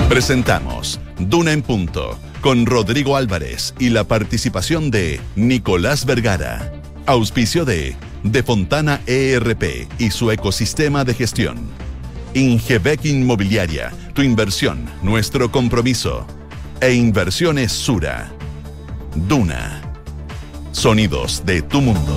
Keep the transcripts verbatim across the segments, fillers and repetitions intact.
Presentamos Duna en Punto con Rodrigo Álvarez y la participación de Nicolás Vergara. Auspicio de De Fontana E R P y su ecosistema de gestión. Ingebec Inmobiliaria, tu inversión, nuestro compromiso. E Inversiones Sura. Duna. Sonidos de tu mundo.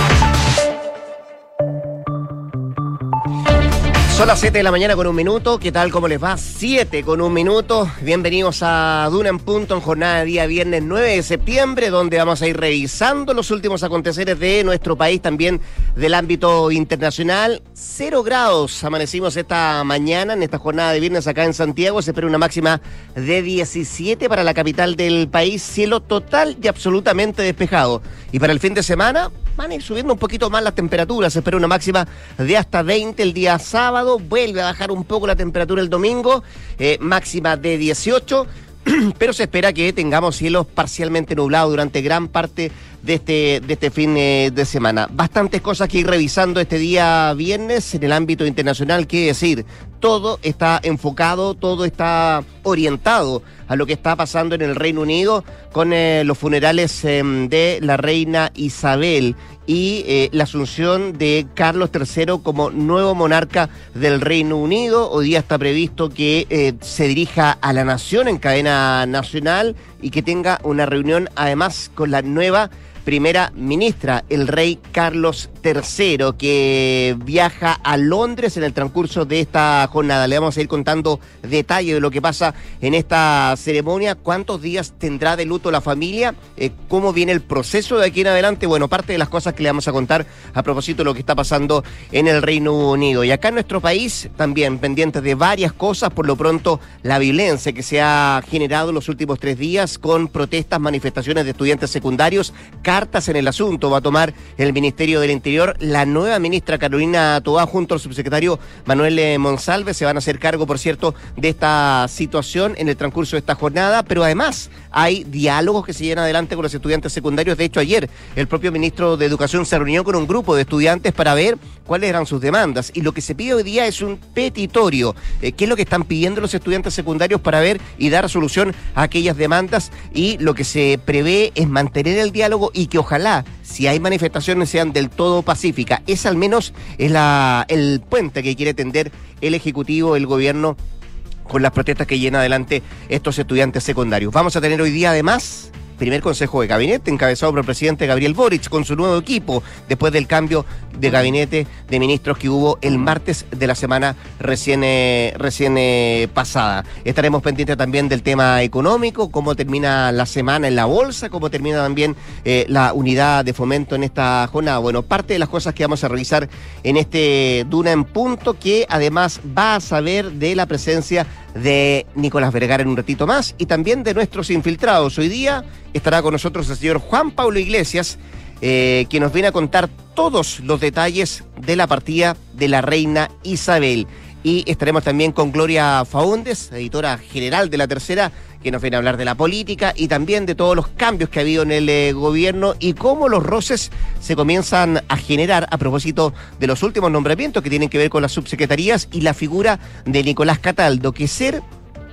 Son las siete de la mañana con un minuto. ¿Qué tal? ¿Cómo les va? siete con un minuto. Bienvenidos a Duna en Punto en jornada de día viernes nueve de septiembre, donde vamos a ir revisando los últimos aconteceres de nuestro país, también del ámbito internacional. Cero grados amanecimos esta mañana, en esta jornada de viernes acá en Santiago. Se espera una máxima de diecisiete para la capital del país. Cielo total y absolutamente despejado. Y para el fin de semana van a ir subiendo un poquito más las temperaturas. Se espera una máxima de hasta veinte el día sábado. Vuelve a bajar un poco la temperatura el domingo, eh, máxima de dieciocho, pero se espera que tengamos cielos parcialmente nublados durante gran parte de este, de este fin eh, de semana. Bastantes cosas que ir revisando este día viernes en el ámbito internacional, que decir, todo está enfocado, todo está orientado a lo que está pasando en el Reino Unido con eh, los funerales eh, de la reina Isabel y eh, la asunción de Carlos tercero como nuevo monarca del Reino Unido. Hoy día está previsto que eh, se dirija a la nación en cadena nacional y que tenga una reunión además con la nueva primera ministra, el rey Carlos tercero, que viaja a Londres en el transcurso de esta jornada. Le vamos a ir contando detalles de lo que pasa en esta ceremonia, cuántos días tendrá de luto la familia, eh, cómo viene el proceso de aquí en adelante. Bueno, parte de las cosas que le vamos a contar a propósito de lo que está pasando en el Reino Unido. Y acá en nuestro país también pendientes de varias cosas. Por lo pronto, la violencia que se ha generado en los últimos tres días con protestas, manifestaciones de estudiantes secundarios. Cartas en el asunto va a tomar el Ministerio del Interior. La nueva ministra Carolina Toá junto al subsecretario Manuel Monsalve se van a hacer cargo, por cierto, de esta situación en el transcurso de esta jornada, pero además hay diálogos que se llevan adelante con los estudiantes secundarios. De hecho, ayer el propio ministro de Educación se reunió con un grupo de estudiantes para ver cuáles eran sus demandas, y lo que se pide hoy día es un petitorio. Eh, ¿Qué es lo que están pidiendo los estudiantes secundarios para ver y dar solución a aquellas demandas? Y lo que se prevé es mantener el diálogo y que ojalá, si hay manifestaciones, sean del todo pacíficas. Ese al menos es la, el puente que quiere tender el Ejecutivo, el Gobierno, con las protestas que llevan adelante estos estudiantes secundarios. Vamos a tener hoy día además primer consejo de gabinete encabezado por el presidente Gabriel Boric con su nuevo equipo después del cambio de gabinete de ministros que hubo el martes de la semana recién, eh, recién eh, pasada. Estaremos pendientes también del tema económico, cómo termina la semana en la bolsa, cómo termina también eh, la unidad de fomento en esta jornada. Bueno, parte de las cosas que vamos a revisar en este Duna en Punto, que además va a saber de la presencia de Nicolás Vergara en un ratito más y también de nuestros infiltrados. Hoy día estará con nosotros el señor Juan Pablo Iglesias, eh, que nos viene a contar todos los detalles de la partida de la reina Isabel. Y estaremos también con Gloria Faúndez, editora general de La Tercera, que nos viene a hablar de la política y también de todos los cambios que ha habido en el eh, gobierno y cómo los roces se comienzan a generar a propósito de los últimos nombramientos que tienen que ver con las subsecretarías y la figura de Nicolás Cataldo, que ser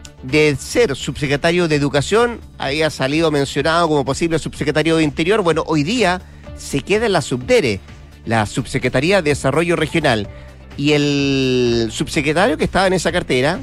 de ser subsecretario de Educación había salido mencionado como posible subsecretario de Interior. Bueno, hoy día se queda en la Subdere, la Subsecretaría de Desarrollo Regional, y el subsecretario que estaba en esa cartera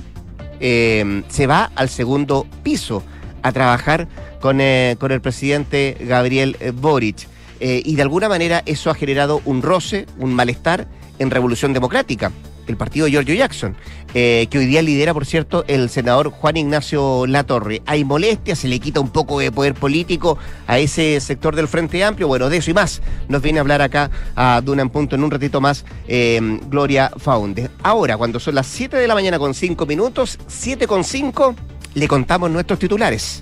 eh, se va al segundo piso a trabajar con, eh, con el presidente Gabriel Boric. Eh, y de alguna manera eso ha generado un roce, un malestar en Revolución Democrática, el partido de Giorgio Jackson, eh, que hoy día lidera, por cierto, el senador Juan Ignacio Latorre. Hay molestia, se le quita un poco de poder político a ese sector del Frente Amplio. Bueno, de eso y más nos viene a hablar acá a Duna en Punto en un ratito más eh, Gloria Faúndez. Ahora, cuando son las siete de la mañana con cinco minutos, siete con cinco, le contamos nuestros titulares.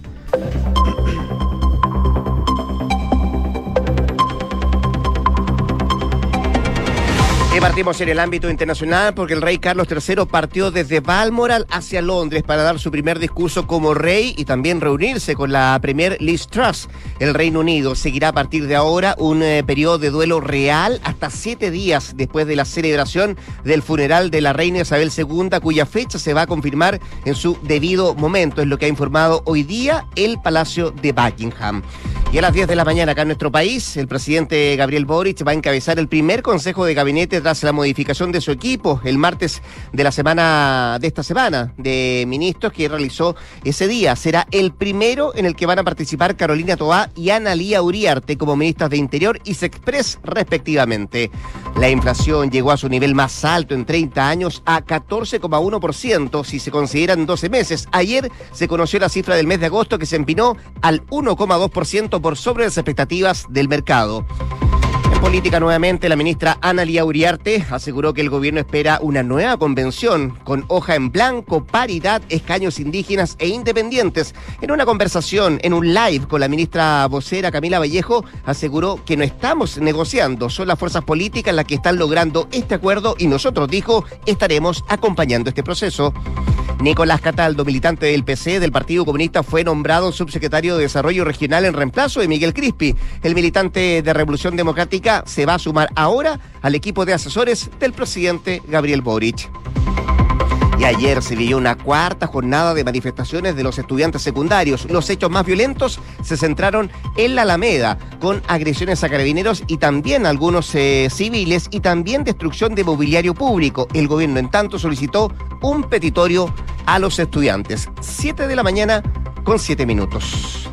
Y partimos en el ámbito internacional porque el rey Carlos tercero partió desde Balmoral hacia Londres para dar su primer discurso como rey y también reunirse con la premier Liz Truss. El Reino Unido seguirá a partir de ahora un eh, periodo de duelo real hasta siete días después de la celebración del funeral de la reina Isabel segunda, cuya fecha se va a confirmar en su debido momento, es lo que ha informado hoy día el Palacio de Buckingham. Y a las diez de la mañana acá en nuestro país, el presidente Gabriel Boric va a encabezar el primer consejo de gabinete tras la modificación de su equipo el martes de la semana de esta semana de ministros que realizó ese día. Será el primero en el que van a participar Carolina Toá y Ana Lía Uriarte como ministras de Interior y Sexpress respectivamente. La inflación llegó a su nivel más alto en treinta años a catorce coma uno por ciento si se consideran doce meses. Ayer se conoció la cifra del mes de agosto que se empinó al uno coma dos por ciento por sobre las expectativas del mercado. En política, nuevamente, la ministra Ana Lía Uriarte aseguró que el gobierno espera una nueva convención con hoja en blanco, paridad, escaños indígenas e independientes. En una conversación, en un live con la ministra vocera Camila Vallejo, aseguró que no estamos negociando, son las fuerzas políticas las que están logrando este acuerdo y nosotros, dijo, estaremos acompañando este proceso. Nicolás Cataldo, militante del P C del Partido Comunista, fue nombrado subsecretario de Desarrollo Regional en reemplazo de Miguel Crispi. El militante de Revolución Democrática se va a sumar ahora al equipo de asesores del presidente Gabriel Boric. Y ayer se vivió una cuarta jornada de manifestaciones de los estudiantes secundarios. Los hechos más violentos se centraron en la Alameda, con agresiones a carabineros y también algunos eh, civiles y también destrucción de mobiliario público. El gobierno, en tanto, solicitó un petitorio a los estudiantes. Siete de la mañana con siete minutos.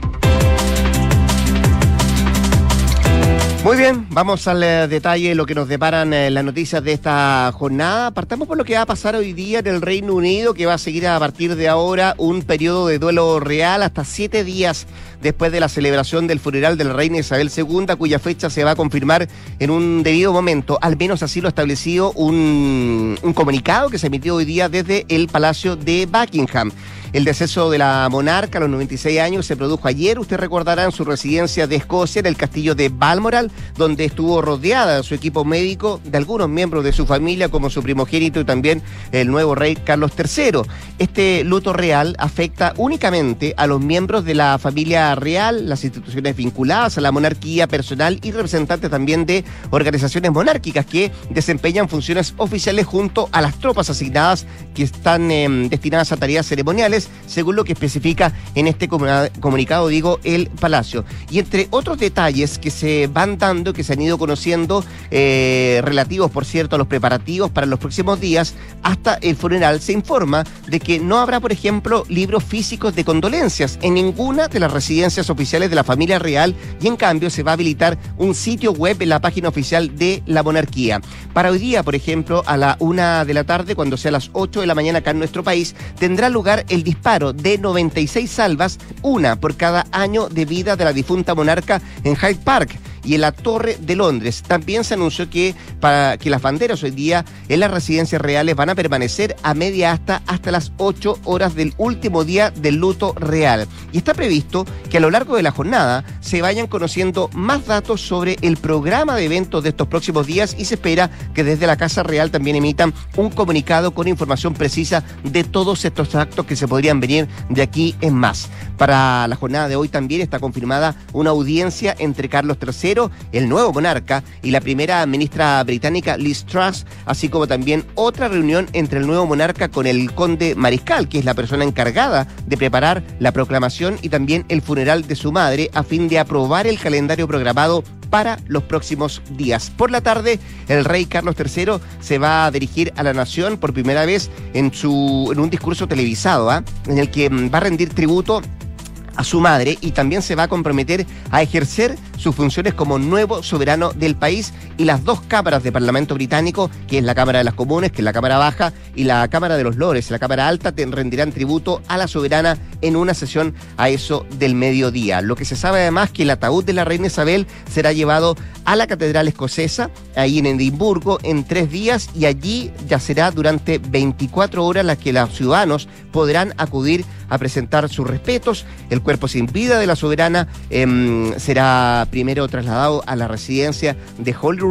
Muy bien, vamos al eh, detalle, lo que nos deparan eh, las noticias de esta jornada. Partamos por lo que va a pasar hoy día en el Reino Unido, que va a seguir a partir de ahora un periodo de duelo real hasta siete días después de la celebración del funeral de la reina Isabel segunda, cuya fecha se va a confirmar en un debido momento. Al menos así lo ha establecido un, un comunicado que se emitió hoy día desde el Palacio de Buckingham. El deceso de la monarca a los noventa y seis años se produjo ayer, usted recordará, en su residencia de Escocia, en el castillo de Balmoral, donde estuvo rodeada de su equipo médico, de algunos miembros de su familia, como su primogénito y también el nuevo rey Carlos tercero. Este luto real afecta únicamente a los miembros de la familia real, las instituciones vinculadas a la monarquía personal y representantes también de organizaciones monárquicas que desempeñan funciones oficiales junto a las tropas asignadas que están eh, destinadas a tareas ceremoniales, según lo que especifica en este comunicado, digo, el Palacio. Y entre otros detalles que se van dando, que se han ido conociendo, eh, relativos, por cierto, a los preparativos para los próximos días, hasta el funeral, se informa de que no habrá, por ejemplo, libros físicos de condolencias en ninguna de las residencias oficiales de la familia real y, en cambio, se va a habilitar un sitio web en la página oficial de la monarquía. Para hoy día, por ejemplo, a la una de la tarde, cuando sea a las ocho de la mañana acá en nuestro país, tendrá lugar el disparo de noventa y seis salvas, una por cada año de vida de la difunta monarca en Hyde Park y en la Torre de Londres. También se anunció que para que las banderas hoy día en las residencias reales van a permanecer a media asta hasta las ocho horas del último día del luto real. Y está previsto que a lo largo de la jornada se vayan conociendo más datos sobre el programa de eventos de estos próximos días y se espera que desde la Casa Real también emitan un comunicado con información precisa de todos estos actos que se podrían venir de aquí en más. Para la jornada de hoy también está confirmada una audiencia entre Carlos tercero, el nuevo monarca, y la primera ministra británica Liz Truss, así como también otra reunión entre el nuevo monarca con el conde Mariscal, que es la persona encargada de preparar la proclamación y también el funeral de su madre, a fin de aprobar el calendario programado para los próximos días. Por la tarde, el rey Carlos tercero se va a dirigir a la nación por primera vez en, su, en un discurso televisado, ¿eh? en el que va a rendir tributo a su madre y también se va a comprometer a ejercer sus funciones como nuevo soberano del país, y las dos cámaras de Parlamento británico, que es la Cámara de las Comunes, que es la Cámara Baja, y la Cámara de los Lores, la Cámara Alta, te rendirán tributo a la soberana en una sesión a eso del mediodía. Lo que se sabe además que el ataúd de la reina Isabel será llevado a la Catedral Escocesa, ahí en Edimburgo, en tres días, y allí yacerá durante veinticuatro horas, las que los ciudadanos podrán acudir a presentar sus respetos. El cuerpo sin vida de la soberana eh, será primero trasladado a la residencia de Holyrood,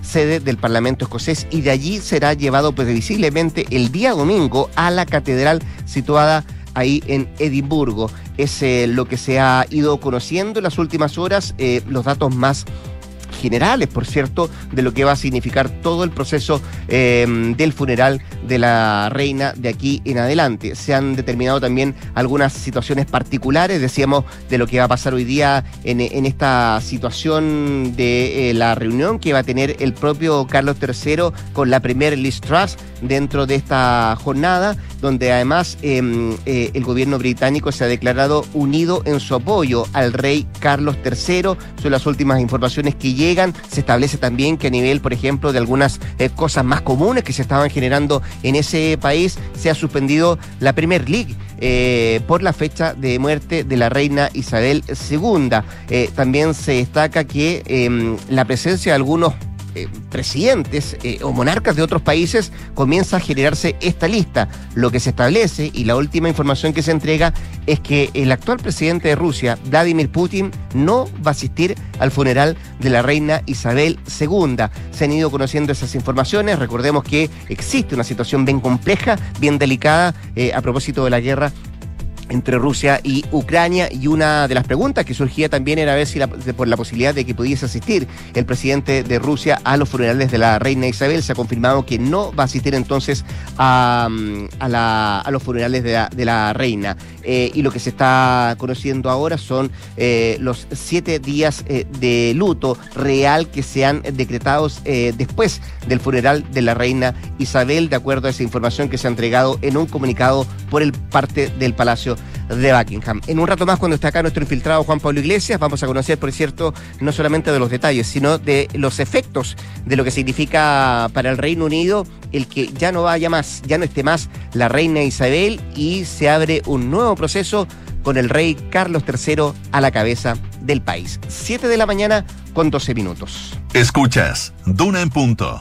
sede del Parlamento escocés, y de allí será llevado previsiblemente el día domingo a la catedral situada ahí en Edimburgo. Es eh, lo que se ha ido conociendo en las últimas horas, eh, los datos más generales, por cierto, de lo que va a significar todo el proceso eh, del funeral de la reina de aquí en adelante. Se han determinado también algunas situaciones particulares, decíamos, de lo que va a pasar hoy día en, en esta situación de eh, la reunión que va a tener el propio Carlos tercero con la primer Liz Truss dentro de esta jornada, donde además eh, eh, el gobierno británico se ha declarado unido en su apoyo al rey Carlos tercero. Son las últimas informaciones que llegan. Se establece también que a nivel, por ejemplo, de algunas eh, cosas más comunes que se estaban generando en ese país, se ha suspendido la Premier League eh, por la fecha de muerte de la reina Isabel segunda. Eh, también se destaca que eh, la presencia de algunos Eh, presidentes eh, o monarcas de otros países comienza a generarse esta lista. Lo que se establece y la última información que se entrega es que el actual presidente de Rusia, Vladimir Putin, no va a asistir al funeral de la reina Isabel segunda. Se han ido conociendo esas informaciones. Recordemos que existe una situación bien compleja, bien delicada eh, a propósito de la guerra entre Rusia y Ucrania, y una de las preguntas que surgía también era ver si la, de, por la posibilidad de que pudiese asistir el presidente de Rusia a los funerales de la reina Isabel. Se ha confirmado que no va a asistir entonces a, a, la, a los funerales de la, de la reina. Eh, y lo que se está conociendo ahora son eh, los siete días eh, de luto real que se han decretado eh, después del funeral de la reina Isabel, de acuerdo a esa información que se ha entregado en un comunicado por el parte del Palacio de Buckingham. En un rato más, cuando está acá nuestro infiltrado Juan Pablo Iglesias, vamos a conocer, por cierto, no solamente de los detalles, sino de los efectos de lo que significa para el Reino Unido el que ya no vaya más, ya no esté más la reina Isabel, y se abre un nuevo proceso con el rey Carlos tercero a la cabeza del país. siete de la mañana con doce minutos. Escuchas Duna en Punto.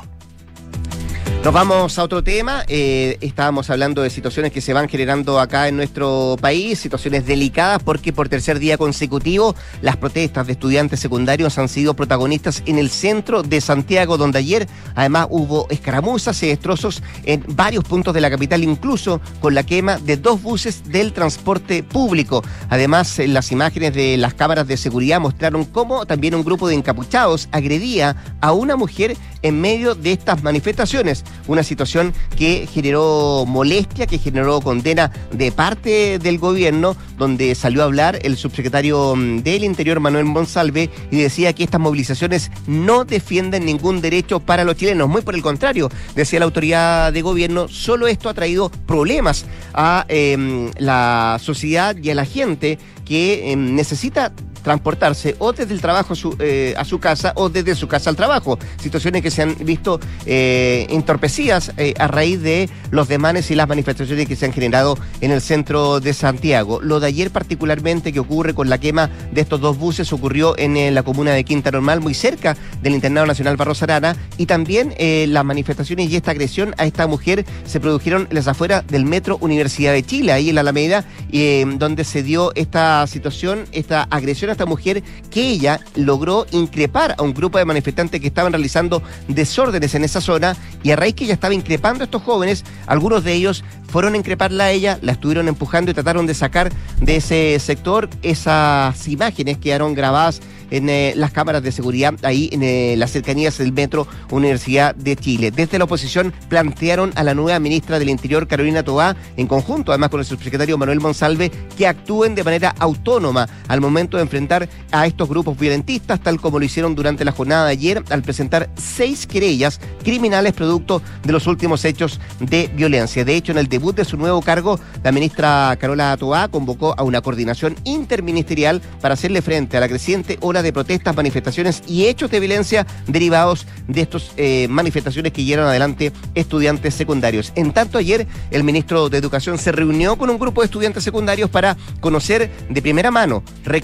Nos vamos a otro tema. Eh, estábamos hablando de situaciones que se van generando acá en nuestro país, situaciones delicadas, porque por tercer día consecutivo las protestas de estudiantes secundarios han sido protagonistas en el centro de Santiago, donde ayer además hubo escaramuzas y destrozos en varios puntos de la capital, incluso con la quema de dos buses del transporte público. Además, las imágenes de las cámaras de seguridad mostraron cómo también un grupo de encapuchados agredía a una mujer en medio de estas manifestaciones. Una situación que generó molestia, que generó condena de parte del gobierno, donde salió a hablar el subsecretario del Interior, Manuel Monsalve, y decía que estas movilizaciones no defienden ningún derecho para los chilenos. Muy por el contrario, decía la autoridad de gobierno, solo esto ha traído problemas a eh, la sociedad y a la gente que eh, necesita transportarse o desde el trabajo a su, eh, a su casa o desde su casa al trabajo. Situaciones que se han visto eh, entorpecidas eh, a raíz de los demanes y las manifestaciones que se han generado en el centro de Santiago. Lo de ayer particularmente, que ocurre con la quema de estos dos buses, ocurrió en, en la comuna de Quinta Normal, muy cerca del Internado Nacional Barros Arana, y también eh, las manifestaciones y esta agresión a esta mujer se produjeron en las afueras del Metro Universidad de Chile, ahí en la Alameda, eh, donde se dio esta situación, esta agresión a esta mujer, que ella logró increpar a un grupo de manifestantes que estaban realizando desórdenes en esa zona, y a raíz que ella estaba increpando a estos jóvenes, algunos de ellos fueron a increparla a ella, la estuvieron empujando y trataron de sacar de ese sector. Esas imágenes quedaron grabadas en eh, las cámaras de seguridad ahí en eh, las cercanías del Metro Universidad de Chile. Desde la oposición plantearon a la nueva ministra del Interior, Carolina Toá, en conjunto además con el subsecretario Manuel Monsalve, que actúen de manera autónoma al momento de enfrentar a estos grupos violentistas, tal como lo hicieron durante la jornada de ayer al presentar seis querellas criminales producto de los últimos hechos de violencia. De hecho, en el debut de su nuevo cargo, la ministra Carola Toá convocó a una coordinación interministerial para hacerle frente a la creciente ola de protestas, manifestaciones y hechos de violencia derivados de estas eh, manifestaciones que llevaron adelante estudiantes secundarios. En tanto, ayer el ministro de Educación se reunió con un grupo de estudiantes secundarios para conocer de primera mano reclamos,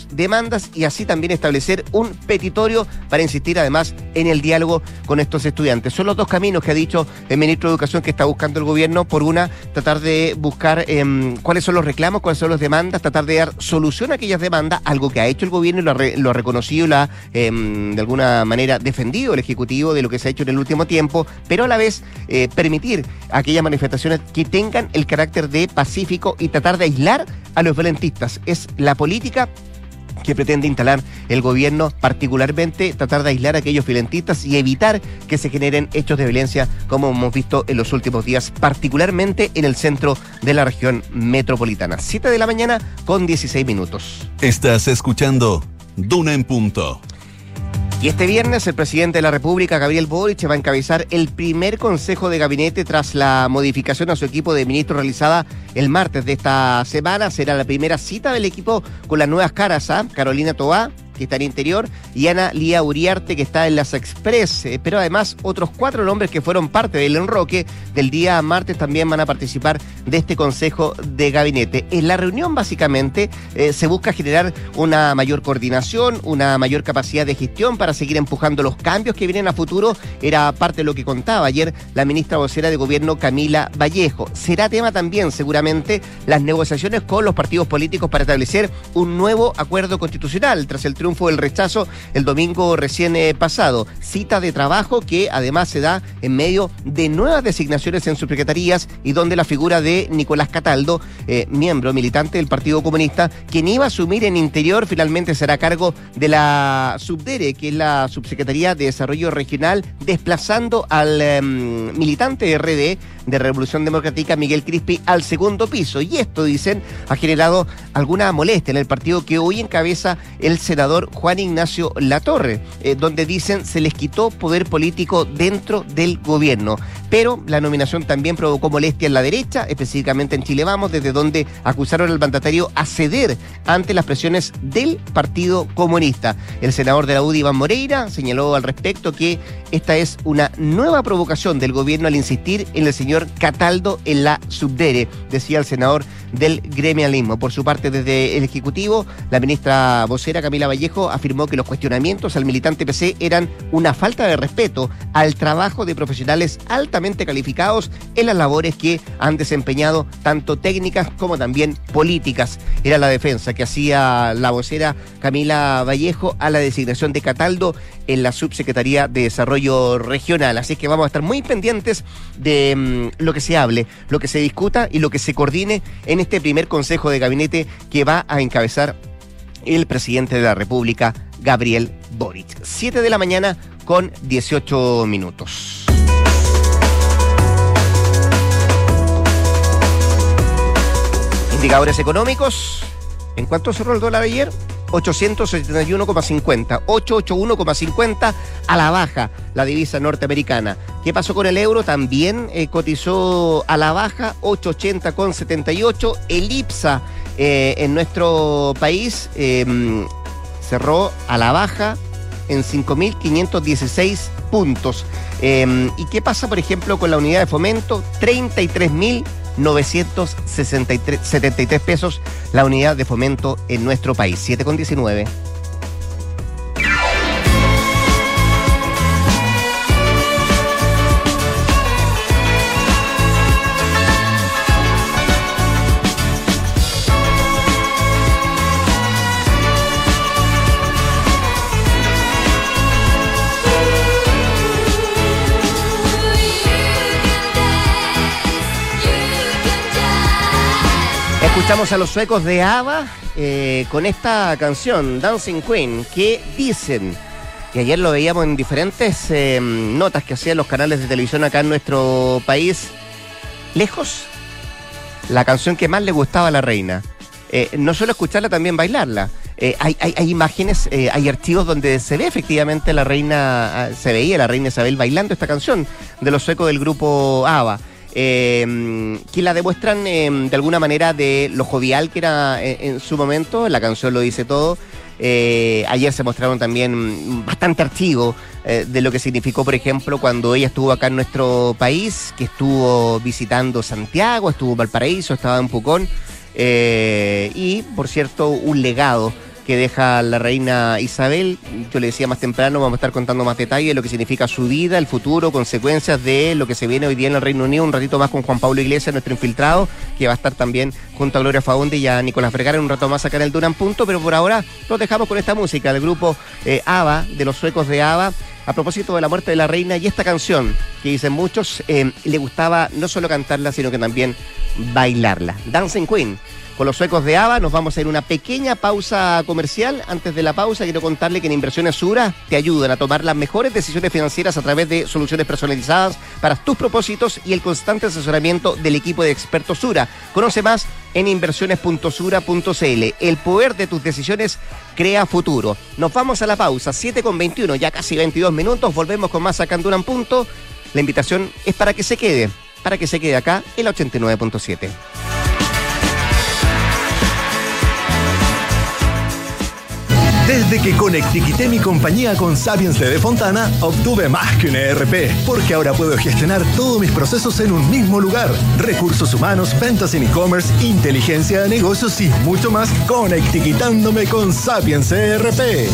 sus demandas y así también establecer un petitorio para insistir además en el diálogo con estos estudiantes. Son los dos caminos que ha dicho el ministro de Educación que está buscando el gobierno. Por una, tratar de buscar eh, cuáles son los reclamos, cuáles son las demandas, tratar de dar solución a aquellas demandas, algo que ha hecho el gobierno y lo ha, re, lo ha reconocido y lo ha eh, de alguna manera defendido el Ejecutivo de lo que se ha hecho en el último tiempo, pero a la vez eh, permitir aquellas manifestaciones que tengan el carácter de pacífico y tratar de aislar a los violentistas. Es la política que pretende instalar el gobierno, particularmente tratar de aislar a aquellos violentistas y evitar que se generen hechos de violencia como hemos visto en los últimos días, particularmente en el centro de la región metropolitana. siete de la mañana con dieciséis minutos. Estás escuchando Duna en Punto. Y este viernes el presidente de la República, Gabriel Boric, va a encabezar el primer consejo de gabinete tras la modificación a su equipo de ministros realizada el martes de esta semana. Será la primera cita del equipo con las nuevas caras, ¿eh? Carolina Toá, que está en Interior, y Ana Lía Uriarte, que está en las Express, eh, pero además otros cuatro nombres que fueron parte del enroque del día martes también van a participar de este consejo de gabinete. En la reunión básicamente eh, se busca generar una mayor coordinación, una mayor capacidad de gestión para seguir empujando los cambios que vienen a futuro. Era parte de lo que contaba ayer la ministra vocera de Gobierno, Camila Vallejo. Será tema también seguramente las negociaciones con los partidos políticos para establecer un nuevo acuerdo constitucional tras el triunfo triunfo del rechazo el domingo recién eh, pasado. Cita de trabajo que además se da en medio de nuevas designaciones en subsecretarías y donde la figura de Nicolás Cataldo, eh, miembro militante del Partido Comunista, quien iba a asumir en Interior, finalmente será a cargo de la Subdere, que es la Subsecretaría de Desarrollo Regional, desplazando al eh, militante de R D, de Revolución Democrática, Miguel Crispi, al segundo piso. Y esto, dicen, ha generado alguna molestia en el partido que hoy encabeza el senador Juan Ignacio Latorre, eh, donde dicen se les quitó poder político dentro del gobierno. Pero la nominación también provocó molestia en la derecha, específicamente en Chile Vamos, desde donde acusaron al mandatario a ceder ante las presiones del Partido Comunista. El senador de la U D I, Iván Moreira, señaló al respecto que esta es una nueva provocación del gobierno al insistir en el señor Cataldo en la Subdere, decía el senador del gremialismo. Por su parte, desde el Ejecutivo, la ministra vocera Camila Vallejo afirmó que los cuestionamientos al militante P C eran una falta de respeto al trabajo de profesionales altamente calificados en las labores que han desempeñado, tanto técnicas como también políticas. Era la defensa que hacía la vocera Camila Vallejo a la designación de Cataldo en la Subsecretaría de Desarrollo Regional. Así que vamos a estar muy pendientes de um, lo que se hable, lo que se discuta y lo que se coordine en este primer consejo de gabinete que va a encabezar el presidente de la República, Gabriel Boric. siete de la mañana con dieciocho minutos. Indicadores económicos. ¿En cuánto cerró el dólar ayer? ochocientos setenta y uno coma cincuenta, ochocientos ochenta y uno coma cincuenta a la baja la divisa norteamericana. ¿Qué pasó con el euro? También eh, cotizó a la baja, ochocientos ochenta coma setenta y ocho. El IPSA eh, en nuestro país eh, cerró a la baja en cinco mil quinientos dieciséis puntos. Eh, ¿Y qué pasa, por ejemplo, con la unidad de fomento? treinta y tres mil novecientos setenta y tres pesos la unidad de fomento en nuestro país. siete con diecinueve. Escuchamos a los suecos de ABBA eh, con esta canción, Dancing Queen, que dicen, y ayer lo veíamos en diferentes eh, notas que hacían los canales de televisión acá en nuestro país, lejos, la canción que más le gustaba a la reina. Eh, no solo escucharla, también bailarla. Eh, hay, hay, hay imágenes, eh, hay archivos donde se ve efectivamente la reina, se veía la reina Isabel bailando esta canción de los suecos del grupo ABBA. Eh, que la demuestran eh, de alguna manera de lo jovial que era en, en su momento. La canción lo dice todo. Eh, ayer se mostraron también bastante archivos eh, de lo que significó, por ejemplo, cuando ella estuvo acá en nuestro país, que estuvo visitando Santiago, estuvo en Valparaíso, estaba en Pucón, eh, y por cierto un legado que deja la reina Isabel. Yo le decía más temprano, vamos a estar contando más detalles de lo que significa su vida, el futuro, consecuencias de lo que se viene hoy día en el Reino Unido. Un ratito más con Juan Pablo Iglesias, nuestro infiltrado, que va a estar también junto a Gloria Faunde y a Nicolás Vergara en un rato más acá en el Duna en Punto, pero por ahora nos dejamos con esta música del grupo eh, ABBA, de los suecos de ABBA, a propósito de la muerte de la reina, y esta canción, que dicen muchos, eh, le gustaba no solo cantarla, sino que también bailarla. Dancing Queen. Con los suecos de ABBA nos vamos a ir a una pequeña pausa comercial. Antes de la pausa quiero contarle que en Inversiones Sura te ayudan a tomar las mejores decisiones financieras a través de soluciones personalizadas para tus propósitos y el constante asesoramiento del equipo de expertos Sura. Conoce más en inversiones punto sura punto c l. El poder de tus decisiones crea futuro. Nos vamos a la pausa, siete con veintiuno, ya casi veintidós minutos. Volvemos con más acá en Duna en Punto. La invitación es para que se quede, para que se quede acá en la ochenta y nueve punto siete. Desde que conectiquité mi compañía con Sapiens de Defontana, obtuve más que un E R P, porque ahora puedo gestionar todos mis procesos en un mismo lugar. Recursos humanos, ventas en e-commerce, inteligencia de negocios y mucho más, conectiquitándome con Sapiens E R P.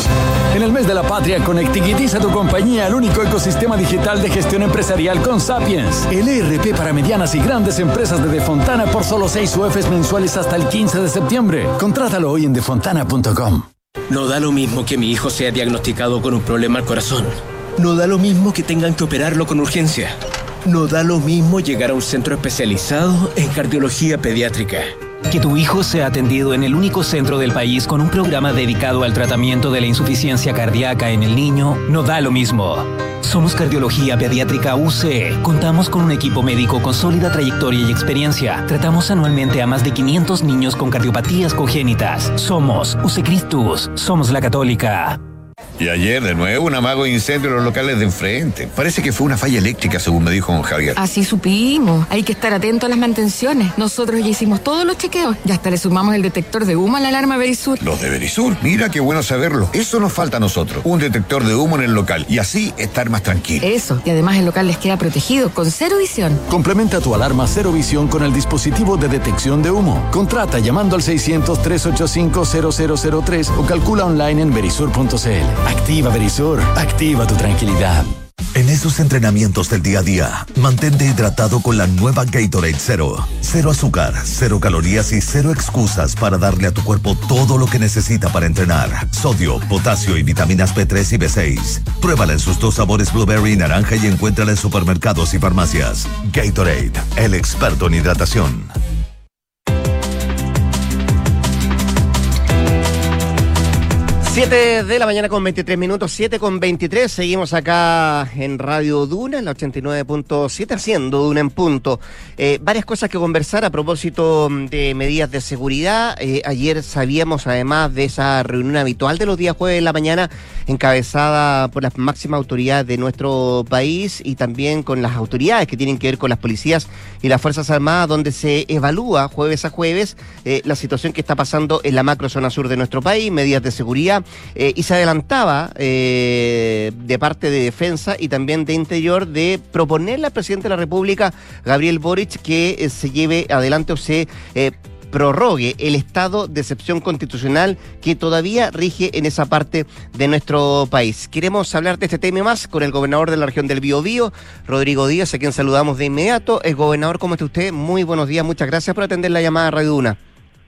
En el mes de la patria, conectiquitiza tu compañía al único ecosistema digital de gestión empresarial con Sapiens. El E R P para medianas y grandes empresas de Defontana por solo seis U Fs mensuales hasta el quince de septiembre. Contrátalo hoy en defontana punto com. No da lo mismo que mi hijo sea diagnosticado con un problema al corazón. No da lo mismo que tengan que operarlo con urgencia. No da lo mismo llegar a un centro especializado en cardiología pediátrica. Que tu hijo sea atendido en el único centro del país con un programa dedicado al tratamiento de la insuficiencia cardíaca en el niño no da lo mismo. Somos Cardiología Pediátrica U C E. Contamos con un equipo médico con sólida trayectoria y experiencia. Tratamos anualmente a más de quinientos niños con cardiopatías congénitas. Somos U C Christus. Somos la Católica. Y ayer, de nuevo, un amago de incendio en los locales de enfrente. Parece que fue una falla eléctrica, según me dijo don Javier. Así supimos. Hay que estar atento a las mantenciones. Nosotros ya hicimos todos los chequeos. Ya hasta le sumamos el detector de humo a la alarma Verisur. Los de Verisur. Mira qué bueno saberlo. Eso nos falta a nosotros. Un detector de humo en el local. Y así estar más tranquilo. Eso. Y además el local les queda protegido con cero visión. Complementa tu alarma Cero Visión con el dispositivo de detección de humo. Contrata llamando al seiscientos, trescientos ochenta y cinco, cero cero cero tres o calcula online en verisur punto c l. Activa Verisur. Activa tu tranquilidad. En esos entrenamientos del día a día, mantente hidratado con la nueva Gatorade Zero. Cero azúcar, cero calorías y cero excusas para darle a tu cuerpo todo lo que necesita para entrenar. Sodio, potasio y vitaminas B tres y B seis. Pruébala en sus dos sabores blueberry y naranja y encuéntrala en supermercados y farmacias. Gatorade, el experto en hidratación. siete de la mañana con veintitrés minutos, siete con veintitrés, seguimos acá en Radio Duna, en la ochenta y nueve punto siete, haciendo Duna en Punto. Eh, varias cosas que conversar a propósito de medidas de seguridad. Eh, ayer sabíamos además de esa reunión habitual de los días jueves en la mañana, encabezada por las máximas autoridades de nuestro país y también con las autoridades que tienen que ver con las policías y las Fuerzas Armadas, donde se evalúa jueves a jueves eh, la situación que está pasando en la macro zona sur de nuestro país, medidas de seguridad. Eh, y se adelantaba eh, de parte de Defensa y también de Interior de proponerle al presidente de la República, Gabriel Boric, que eh, se lleve adelante o se eh, prorrogue el estado de excepción constitucional que todavía rige en esa parte de nuestro país. Queremos hablar de este tema y más con el gobernador de la región del Biobío, Rodrigo Díaz, a quien saludamos de inmediato. El gobernador, ¿cómo está usted? Muy buenos días, muchas gracias por atender la llamada a Radio Duna.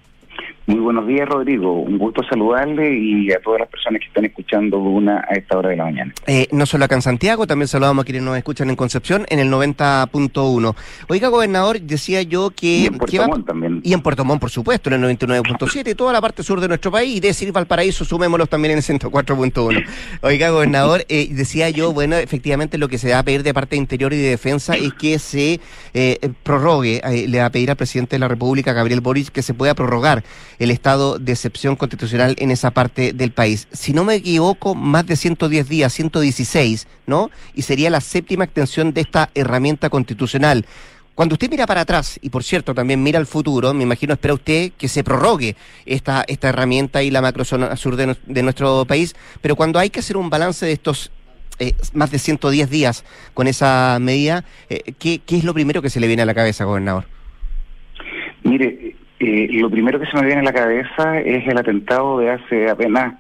Muy buenos días, Rodrigo. Un gusto saludarle y a todas las personas que están escuchando Duna a esta hora de la mañana. Eh, no solo acá en Santiago, también saludamos a quienes nos escuchan en Concepción en el noventa punto uno. Oiga, gobernador, decía yo que... Y en Puerto que Montt también. Y en Puerto Montt, por supuesto, en el noventa y nueve punto siete y toda la parte sur de nuestro país. Y decir Valparaíso, sumémoslos también en el ciento cuatro punto uno. Oiga, gobernador, eh, decía yo, bueno, efectivamente lo que se va a pedir de parte de Interior y de Defensa es que se eh, prorrogue, eh, le va a pedir al presidente de la República, Gabriel Boric, que se pueda prorrogar el estado de excepción constitucional en esa parte del país. Si no me equivoco, más de ciento diez días, ciento dieciséis, ¿no? Y sería la séptima extensión de esta herramienta constitucional. Cuando usted mira para atrás, y por cierto también mira al futuro, me imagino espera usted que se prorrogue esta, esta herramienta y la macrozona sur de, de nuestro país, pero cuando hay que hacer un balance de estos eh, más de ciento diez días con esa medida, eh, ¿qué, ¿qué es lo primero que se le viene a la cabeza, gobernador? Mire, Eh, lo primero que se me viene a la cabeza es el atentado de hace apenas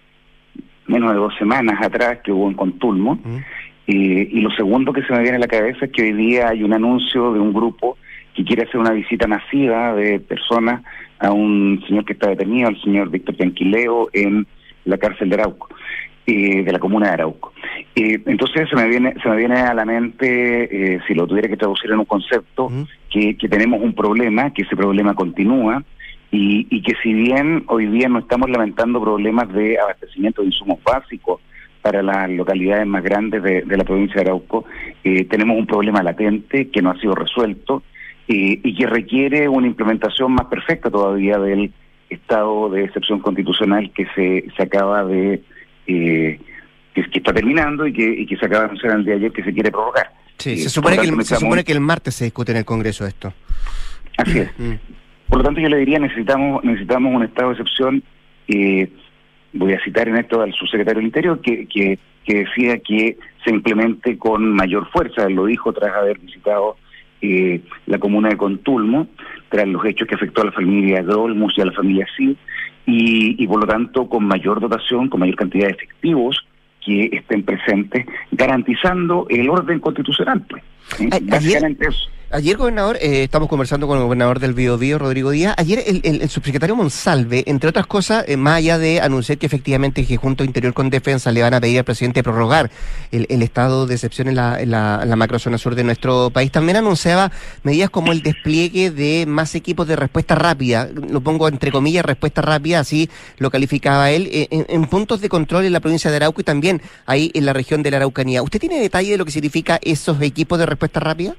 menos de dos semanas atrás que hubo en Contulmo. Uh-huh. eh, y lo segundo que se me viene a la cabeza es que hoy día hay un anuncio de un grupo que quiere hacer una visita masiva de personas a un señor que está detenido, al señor Víctor Yanquileo, en la cárcel de Arauco, eh, de la comuna de Arauco. Eh, entonces se me viene se me viene a la mente, eh, si lo tuviera que traducir en un concepto, uh-huh. que, que tenemos un problema, que ese problema continúa, y, y que si bien hoy día no estamos lamentando problemas de abastecimiento de insumos básicos para las localidades más grandes de, de la provincia de Arauco, eh, tenemos un problema latente que no ha sido resuelto, eh, y que requiere una implementación más perfecta todavía del estado de excepción constitucional que se, se acaba de... Eh, que, que está terminando y que, y que se acaba de anunciar el día de ayer que se quiere prorrogar. Sí, eh, se, supone que el, necesitamos... se supone que el martes se discute en el Congreso esto. Así es. Mm. Por lo tanto, yo le diría, necesitamos necesitamos un estado de excepción. Eh, voy a citar en esto al subsecretario del Interior, que, que, que decía que se implemente con mayor fuerza. Él lo dijo tras haber visitado eh, la comuna de Contulmo, tras los hechos que afectó a la familia Dolmus y a la familia Cid, y, y por lo tanto con mayor dotación, con mayor cantidad de efectivos que estén presentes, garantizando el orden constitucional, pues. ¿eh? Ayer, Básicamente eso. Ayer, gobernador, eh, estamos conversando con el gobernador del Biobío, Rodrigo Díaz. Ayer el, el, el subsecretario Monsalve, entre otras cosas, eh, más allá de anunciar que efectivamente que junto a Interior con Defensa le van a pedir al presidente prorrogar el, el estado de excepción en la, en la, en la macrozona sur de nuestro país, también anunciaba medidas como el despliegue de más equipos de respuesta rápida, lo pongo entre comillas, respuesta rápida, así lo calificaba él, eh, en, en puntos de control en la provincia de Arauco y también ahí en la región de la Araucanía. ¿Usted tiene detalle de lo que significa esos equipos de respuesta rápida?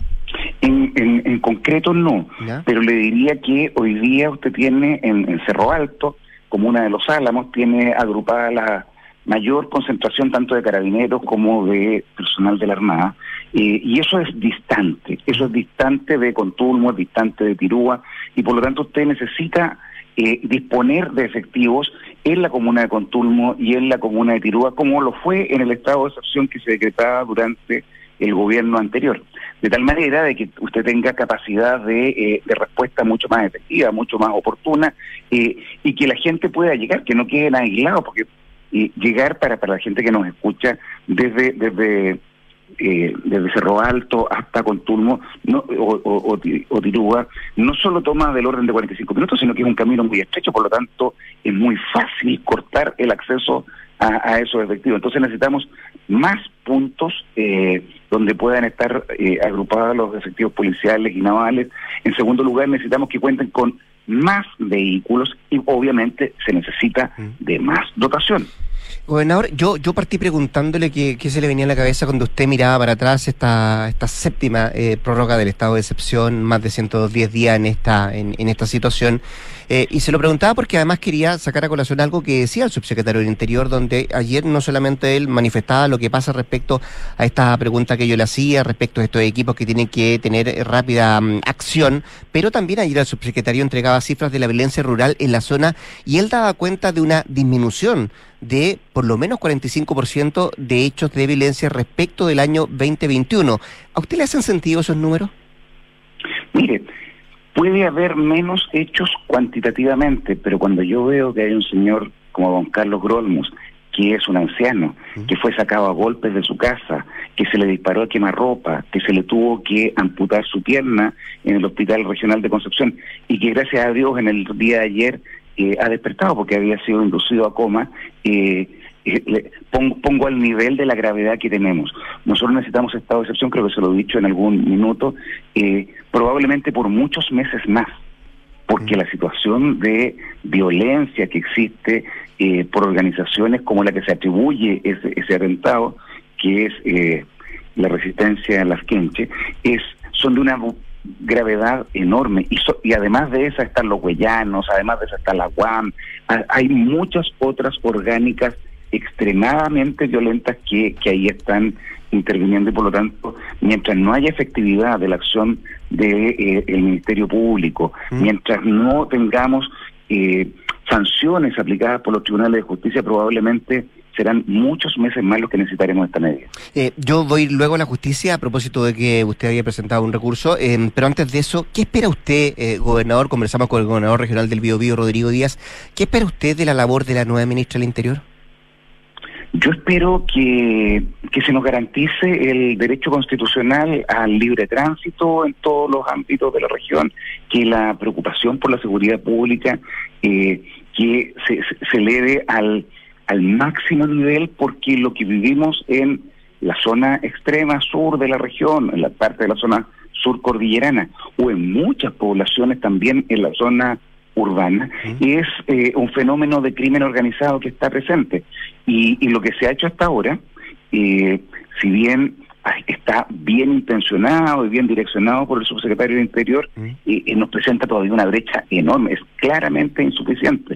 En, en, en concreto no, ¿ya? Pero le diría que hoy día usted tiene en, en Cerro Alto, comuna de Los Álamos, tiene agrupada la mayor concentración tanto de carabineros como de personal de la Armada, eh, y eso es distante, eso es distante de Contulmo, es distante de Tirúa, y por lo tanto usted necesita eh, disponer de efectivos en la comuna de Contulmo y en la comuna de Tirúa, como lo fue en el estado de excepción que se decretaba durante el gobierno anterior, de tal manera de que usted tenga capacidad de, eh, de respuesta mucho más efectiva, mucho más oportuna, eh, y que la gente pueda llegar, que no queden aislados, porque eh, llegar para, para la gente que nos escucha desde desde eh, desde Cerro Alto hasta Contulmo no, o, o, o, o Tirúa, no solo toma del orden de cuarenta y cinco minutos, sino que es un camino muy estrecho, por lo tanto es muy fácil cortar el acceso a, a esos efectivos. Entonces necesitamos más puntos eh, donde puedan estar eh, agrupados los efectivos policiales y navales. En segundo lugar, necesitamos que cuenten con más vehículos y obviamente se necesita de más dotación. Gobernador, yo yo partí preguntándole qué, qué se le venía a la cabeza cuando usted miraba para atrás esta esta séptima eh, prórroga del estado de excepción, más de ciento diez días en esta en, en esta situación, eh, y se lo preguntaba porque además quería sacar a colación algo que decía el subsecretario del Interior, donde ayer no solamente él manifestaba lo que pasa respecto a esta pregunta que yo le hacía, respecto a estos equipos que tienen que tener rápida um, acción, pero también ayer el subsecretario entregaba cifras de la violencia rural en la zona y él daba cuenta de una disminución de por lo menos cuarenta y cinco por ciento de hechos de violencia respecto del año veinte veintiuno. ¿A usted le hacen sentido esos números? Mire, puede haber menos hechos cuantitativamente, pero cuando yo veo que hay un señor como don Carlos Grolmus, que es un anciano, uh-huh. que fue sacado a golpes de su casa, que se le disparó a quemarropa, que se le tuvo que amputar su pierna en el Hospital Regional de Concepción, y que gracias a Dios en el día de ayer Eh, ha despertado porque había sido inducido a coma, eh, eh, le, pongo, pongo al nivel de la gravedad que tenemos. Nosotros necesitamos estado de excepción, creo que se lo he dicho en algún minuto, eh, probablemente por muchos meses más, porque la situación de violencia que existe eh, por organizaciones como la que se atribuye ese, ese atentado, que es eh, la resistencia a las Quenche, es, son de una gravedad enorme, y, so, y además de esa están los huellanos, además de esa está la U A M, a, hay muchas otras orgánicas extremadamente violentas que, que ahí están interviniendo, y por lo tanto, mientras no haya efectividad de la acción del de, eh, Ministerio Público, mm. mientras no tengamos eh, sanciones aplicadas por los tribunales de justicia, probablemente serán muchos meses más los que necesitaremos esta medida. Eh, yo voy luego a la justicia a propósito de que usted había presentado un recurso, eh, pero antes de eso, ¿qué espera usted, eh, gobernador? Conversamos con el gobernador regional del Biobío, Rodrigo Díaz. ¿Qué espera usted de la labor de la nueva ministra del Interior? Yo espero que, que se nos garantice el derecho constitucional al libre tránsito en todos los ámbitos de la región, que la preocupación por la seguridad pública eh, que se, se eleve al al máximo nivel, porque lo que vivimos en la zona extrema sur de la región, en la parte de la zona sur cordillerana, o en muchas poblaciones también en la zona urbana, uh-huh. es eh, un fenómeno de crimen organizado que está presente. Y, y lo que se ha hecho hasta ahora, eh, si bien está bien intencionado y bien direccionado por el subsecretario de Interior, uh-huh. eh, eh, nos presenta todavía una brecha enorme, es claramente insuficiente.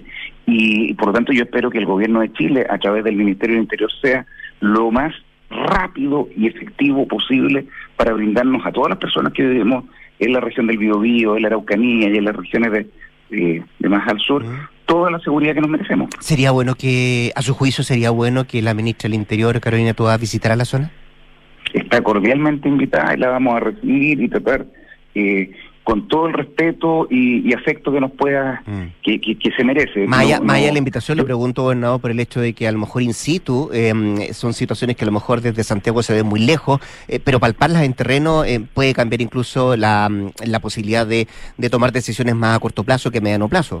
Y por lo tanto yo espero que el gobierno de Chile, a través del Ministerio del Interior, sea lo más rápido y efectivo posible para brindarnos a todas las personas que vivimos en la región del Biobío, en la Araucanía y en las regiones de, eh, de más al sur, uh-huh. toda la seguridad que nos merecemos. ¿Sería bueno que, a su juicio, sería bueno que la ministra del Interior, Carolina Toá, visitara la zona? Está cordialmente invitada y la vamos a recibir y tratar eh, con todo el respeto y, y afecto que nos pueda, mm. que, que, que se merece. Más allá, no, más allá no, de la invitación, le pregunto, gobernador, por el hecho de que a lo mejor in situ eh, son situaciones que a lo mejor desde Santiago se ven muy lejos, eh, pero palparlas en terreno eh, puede cambiar incluso la, la posibilidad de, de tomar decisiones más a corto plazo que a mediano plazo.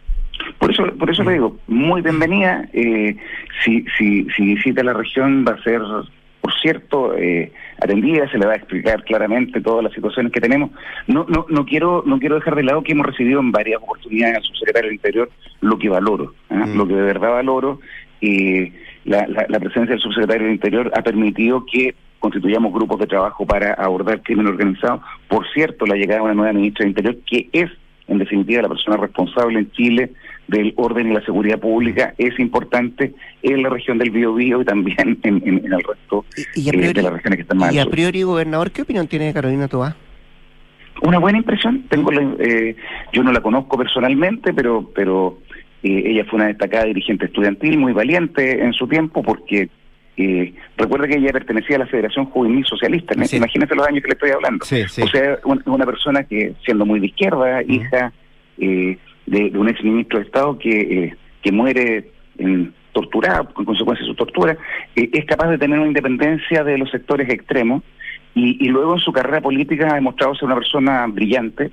Por eso, por eso mm. le digo, muy bienvenida. Eh, si, si, si visita la región va a ser, por cierto, eh, atendida, se le va a explicar claramente todas las situaciones que tenemos. No, no, no quiero, no quiero dejar de lado que hemos recibido en varias oportunidades al subsecretario del Interior, lo que valoro, ¿eh? mm. lo que de verdad valoro. Eh, la, la, la presencia del subsecretario del Interior ha permitido que constituyamos grupos de trabajo para abordar crimen organizado. Por cierto, la llegada de una nueva ministra del Interior, que es, en definitiva, la persona responsable en Chile del orden y la seguridad pública, es importante en la región del Biobío y también en, en, en el resto y, y priori, eh, de las regiones que están más Y al a priori, sur. Gobernador, ¿qué opinión tiene de Carolina Toá? Una buena impresión. Tengo la, eh, yo no la conozco personalmente, pero pero eh, ella fue una destacada dirigente estudiantil, muy valiente en su tiempo, porque eh, recuerda que ella pertenecía a la Federación Juvenil Socialista. Sí. Imagínense los años que le estoy hablando. Sí, sí. O sea, una, una persona que, siendo muy de izquierda, uh-huh. hija eh, de, de un ex ministro de Estado que, eh, que muere en, torturado, con consecuencia de su tortura, eh, es capaz de tener una independencia de los sectores extremos, y, y luego en su carrera política ha demostrado ser una persona brillante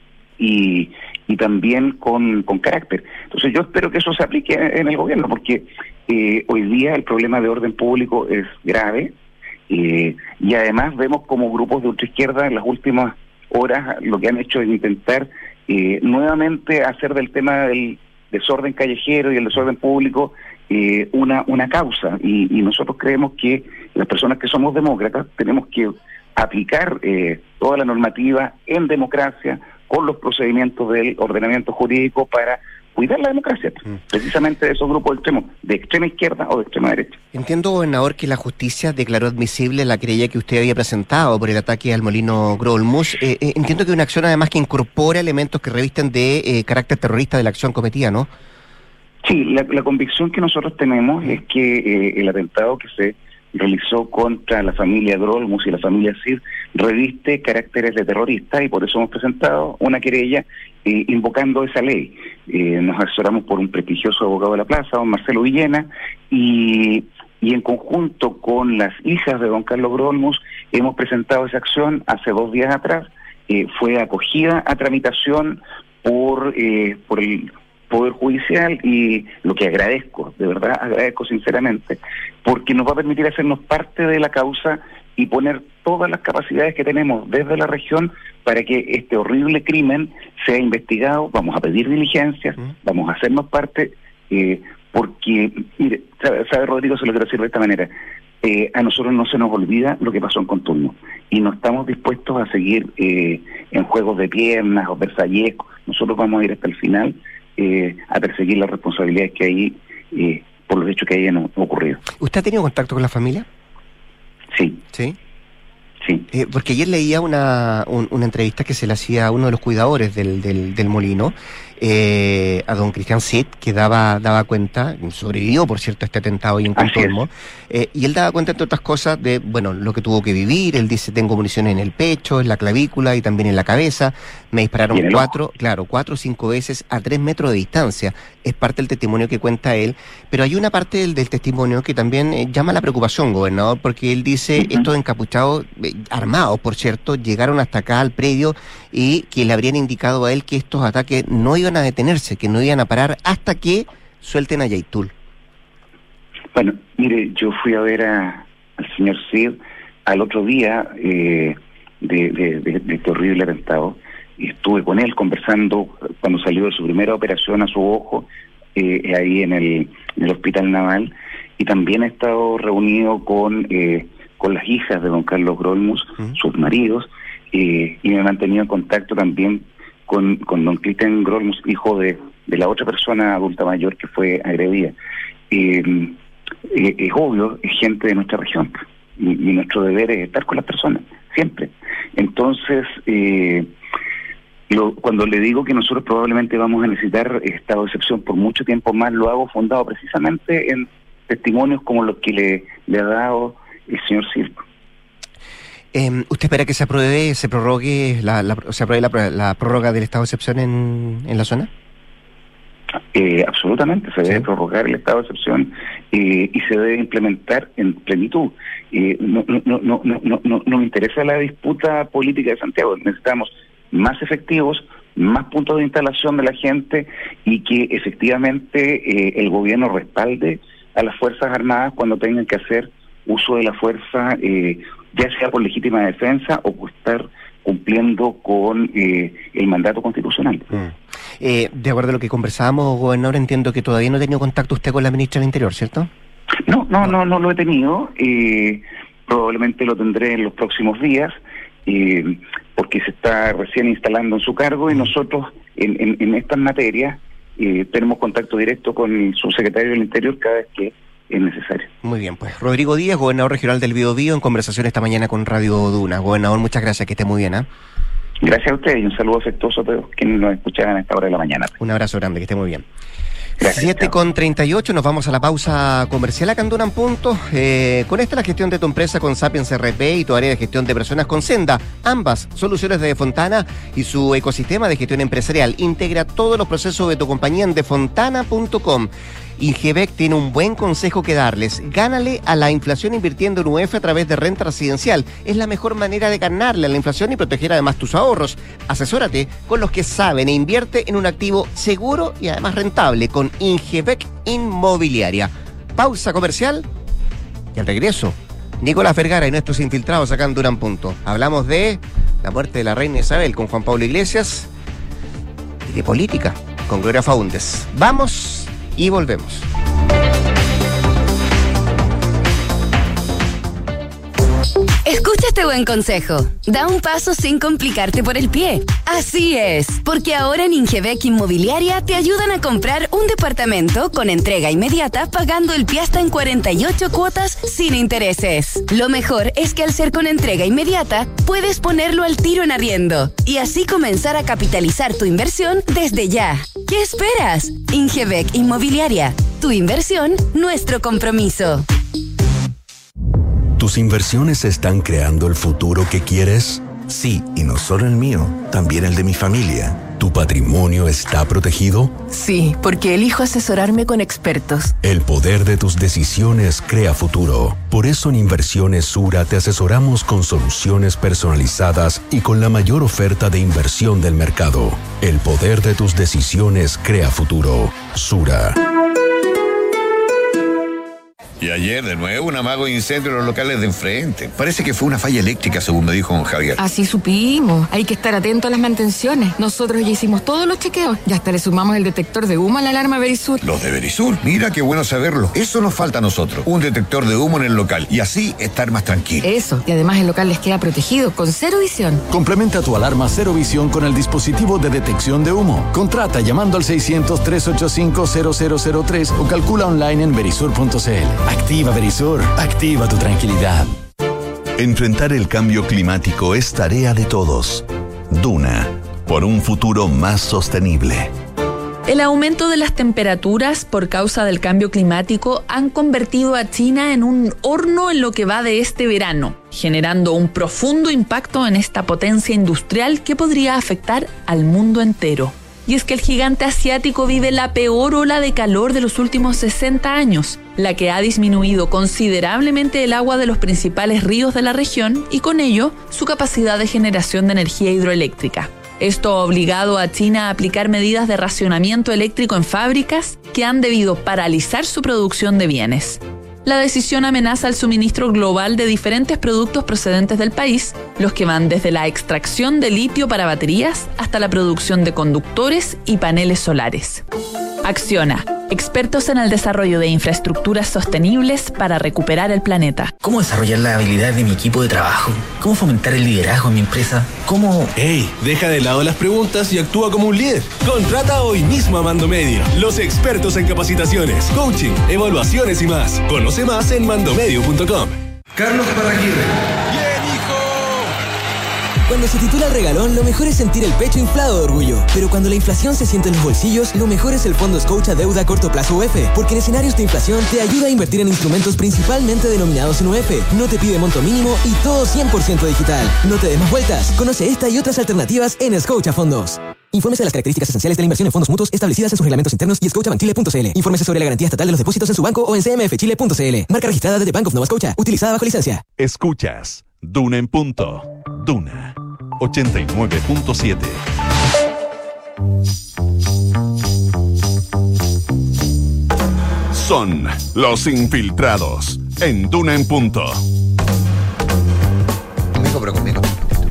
y, y también con, con carácter. Entonces yo espero que eso se aplique en el gobierno, porque eh, hoy día el problema de orden público es grave, eh, y además vemos como grupos de ultraizquierda en las últimas horas lo que han hecho es intentar eh, nuevamente hacer del tema del desorden callejero y el desorden público eh, una una causa, y, y nosotros creemos que las personas que somos demócratas tenemos que aplicar eh, toda la normativa en democracia con los procedimientos del ordenamiento jurídico para cuidar la democracia, mm. precisamente de esos grupos extremos, de extrema izquierda o de extrema derecha. Entiendo, gobernador, que la justicia declaró admisible la querella que usted había presentado por el ataque al molino Grolmus. Eh, eh, entiendo que es una acción además que incorpora elementos que revisten de eh, carácter terrorista de la acción cometida, ¿no? Sí, la, la convicción que nosotros tenemos es que eh, el atentado que se realizó contra la familia Grolmus y la familia Cid reviste caracteres de terrorista, y por eso hemos presentado una querella eh, invocando esa ley. Eh, nos asesoramos por un prestigioso abogado de la plaza, don Marcelo Villena, y, y en conjunto con las hijas de don Carlos Grolmus hemos presentado esa acción hace dos días atrás. Eh, fue acogida a tramitación por, eh, por el Poder Judicial, y lo que agradezco, de verdad agradezco sinceramente, porque nos va a permitir hacernos parte de la causa y poner todas las capacidades que tenemos desde la región para que este horrible crimen sea investigado. Vamos a pedir diligencias, uh-huh. vamos a hacernos parte, eh, porque, mire, sabe, sabe Rodrigo, se lo quiero decir de esta manera, eh, a nosotros no se nos olvida lo que pasó en Contulmo, y no estamos dispuestos a seguir eh, en juegos de piernas o versallescos. Nosotros vamos a ir hasta el final Eh, a perseguir las responsabilidades que hay eh, por los hechos que hayan ocurrido. ¿Usted ha tenido contacto con la familia? Sí. ¿Sí? Sí. Eh, porque ayer leía una, un, una entrevista que se le hacía a uno de los cuidadores del, del, del molino, eh, a don Cristian Cid, que daba daba cuenta, sobrevivió, por cierto, a este atentado y en Contolmo, eh, y él daba cuenta, entre otras cosas, de, bueno, lo que tuvo que vivir. Él dice, tengo municiones en el pecho, en la clavícula y también en la cabeza. Me dispararon cuatro, ojo? claro, cuatro o cinco veces a tres metros de distancia. Es parte del testimonio que cuenta él, pero hay una parte del, del testimonio que también eh, llama la preocupación, gobernador, porque él dice, uh-huh. estos encapuchados, eh, armados, por cierto, llegaron hasta acá al predio y que le habrían indicado a él que estos ataques no iban a detenerse, que no iban a parar hasta que suelten a Yaitul. Bueno, mire, yo fui a ver a, al señor Cid al otro día eh, de, de, de, de este horrible atentado, y estuve con él conversando cuando salió de su primera operación a su ojo, eh, ahí en el, en el Hospital Naval, y también he estado reunido con eh, con las hijas de don Carlos Grolmus, uh-huh. sus maridos, eh, y me he mantenido en contacto también con, con don Cristian Grolmus, hijo de, de la otra persona adulta mayor que fue agredida. Eh, eh, es obvio, es gente de nuestra región, y, y nuestro deber es estar con las personas, siempre. Entonces, eh, Lo, cuando le digo que nosotros probablemente vamos a necesitar estado de excepción por mucho tiempo más, lo hago fundado precisamente en testimonios como los que le, le ha dado el señor Circo. Eh, ¿Usted espera que se apruebe, se prorrogue la, la, se apruebe la, la prórroga del estado de excepción en, en la zona? Eh, absolutamente, se debe ¿Sí? prorrogar el estado de excepción eh, y se debe implementar en plenitud. Eh, no, no, no, no, no, no, no me interesa la disputa política de Santiago, necesitamos más efectivos, más puntos de instalación de la gente y que efectivamente eh, el gobierno respalde a las Fuerzas Armadas cuando tengan que hacer uso de la fuerza, eh, ya sea por legítima defensa o por estar cumpliendo con eh, el mandato constitucional. Mm. Eh, de acuerdo a lo que conversábamos, gobernador, entiendo que todavía no ha tenido contacto usted con la ministra del Interior, ¿cierto? No, no, no, no lo he tenido. Eh, probablemente lo tendré en los próximos días. Eh, porque se está recién instalando en su cargo y nosotros en, en, en estas materias eh, tenemos contacto directo con el subsecretario del Interior cada vez que es necesario. Muy bien, pues Rodrigo Díaz, gobernador regional del Biobío, en conversación esta mañana con Radio Duna. Gobernador, muchas gracias, que esté muy bien. ¿eh? Gracias a usted y un saludo afectuoso a todos quienes nos escuchan a esta hora de la mañana. Un abrazo grande, que esté muy bien. Gracias, siete con treinta y ocho, nos vamos a la pausa comercial acá en Duna en Punto. Eh, con esta la gestión de tu empresa con Sapiens R P y tu área de gestión de personas con Senda. Ambas soluciones de Defontana y su ecosistema de gestión empresarial. Integra todos los procesos de tu compañía en defontana punto com. Ingebec tiene un buen consejo que darles. Gánale a la inflación invirtiendo en U E F a través de renta residencial. Es la mejor manera de ganarle a la inflación y proteger además tus ahorros. Asesórate con los que saben e invierte en un activo seguro y además rentable con Ingebec Inmobiliaria. Pausa comercial y al regreso, Nicolás Vergara y nuestros infiltrados acá en Duna en Punto. Hablamos de la muerte de la reina Isabel con Juan Pablo Iglesias y de política con Gloria Faúndez. Vamos y volvemos. Escucha este buen consejo. Da un paso sin complicarte por el pie. Así es, porque ahora en Ingebec Inmobiliaria te ayudan a comprar un departamento con entrega inmediata pagando el pie hasta en cuarenta y ocho cuotas sin intereses. Lo mejor es que al ser con entrega inmediata, puedes ponerlo al tiro en arriendo y así comenzar a capitalizar tu inversión desde ya. ¿Qué esperas? Ingebec Inmobiliaria. Tu inversión, nuestro compromiso. ¿Tus inversiones están creando el futuro que quieres? Sí, y no solo el mío, también el de mi familia. ¿Tu patrimonio está protegido? Sí, porque elijo asesorarme con expertos. El poder de tus decisiones crea futuro. Por eso en Inversiones Sura te asesoramos con soluciones personalizadas y con la mayor oferta de inversión del mercado. El poder de tus decisiones crea futuro. Sura. Y ayer, de nuevo, un amago de incendio en los locales de enfrente. Parece que fue una falla eléctrica, según me dijo don Javier. Así supimos. Hay que estar atento a las mantenciones. Nosotros ya hicimos todos los chequeos. Ya hasta le sumamos el detector de humo a la alarma Verisur. ¿Los de Verisur? Mira, qué bueno saberlo. Eso nos falta a nosotros. Un detector de humo en el local. Y así estar más tranquilo. Eso. Y además el local les queda protegido con cero visión. Complementa tu alarma Cero Visión con el dispositivo de detección de humo. Contrata llamando al seiscientos, trescientos ochenta y cinco, cero cero cero tres o calcula online en verisur punto c l. Activa Verisur, activa tu tranquilidad. Enfrentar el cambio climático es tarea de todos. Duna, por un futuro más sostenible. El aumento de las temperaturas por causa del cambio climático han convertido a China en un horno en lo que va de este verano, generando un profundo impacto en esta potencia industrial que podría afectar al mundo entero. Y es que el gigante asiático vive la peor ola de calor de los últimos sesenta años, la que ha disminuido considerablemente el agua de los principales ríos de la región y con ello su capacidad de generación de energía hidroeléctrica. Esto ha obligado a China a aplicar medidas de racionamiento eléctrico en fábricas que han debido paralizar su producción de bienes. La decisión amenaza el suministro global de diferentes productos procedentes del país, los que van desde la extracción de litio para baterías hasta la producción de conductores y paneles solares. Acciona, expertos en el desarrollo de infraestructuras sostenibles para recuperar el planeta. ¿Cómo desarrollar la habilidad de mi equipo de trabajo? ¿Cómo fomentar el liderazgo en mi empresa? ¿Cómo...? ¡Ey! Deja de lado las preguntas y actúa como un líder. Contrata hoy mismo a Mandomedio, los expertos en capacitaciones, coaching, evaluaciones y más. Conoce más en mandomedio punto com. Carlos Parraguirre. Cuando se titula el regalón, lo mejor es sentir el pecho inflado de orgullo. Pero cuando la inflación se siente en los bolsillos, lo mejor es el Fondo Scotia Deuda Corto Plazo U F, porque en escenarios de inflación te ayuda a invertir en instrumentos principalmente denominados en U F. No te pide monto mínimo y todo cien por ciento digital. No te des más vueltas. Conoce esta y otras alternativas en Scotia Fondos. Infórmese de las características esenciales de la inversión en fondos mutuos establecidas en sus reglamentos internos y scotiabankchile punto c l. Infórmese sobre la garantía estatal de los depósitos en su banco o en c m f chile punto c l. Marca registrada de The Bank of Nova Scotia. Utilizada bajo licencia. Escuchas Duna en punto. Duna ochenta y nueve punto siete. Son los infiltrados en Duna en punto. Conmigo, pero conmigo.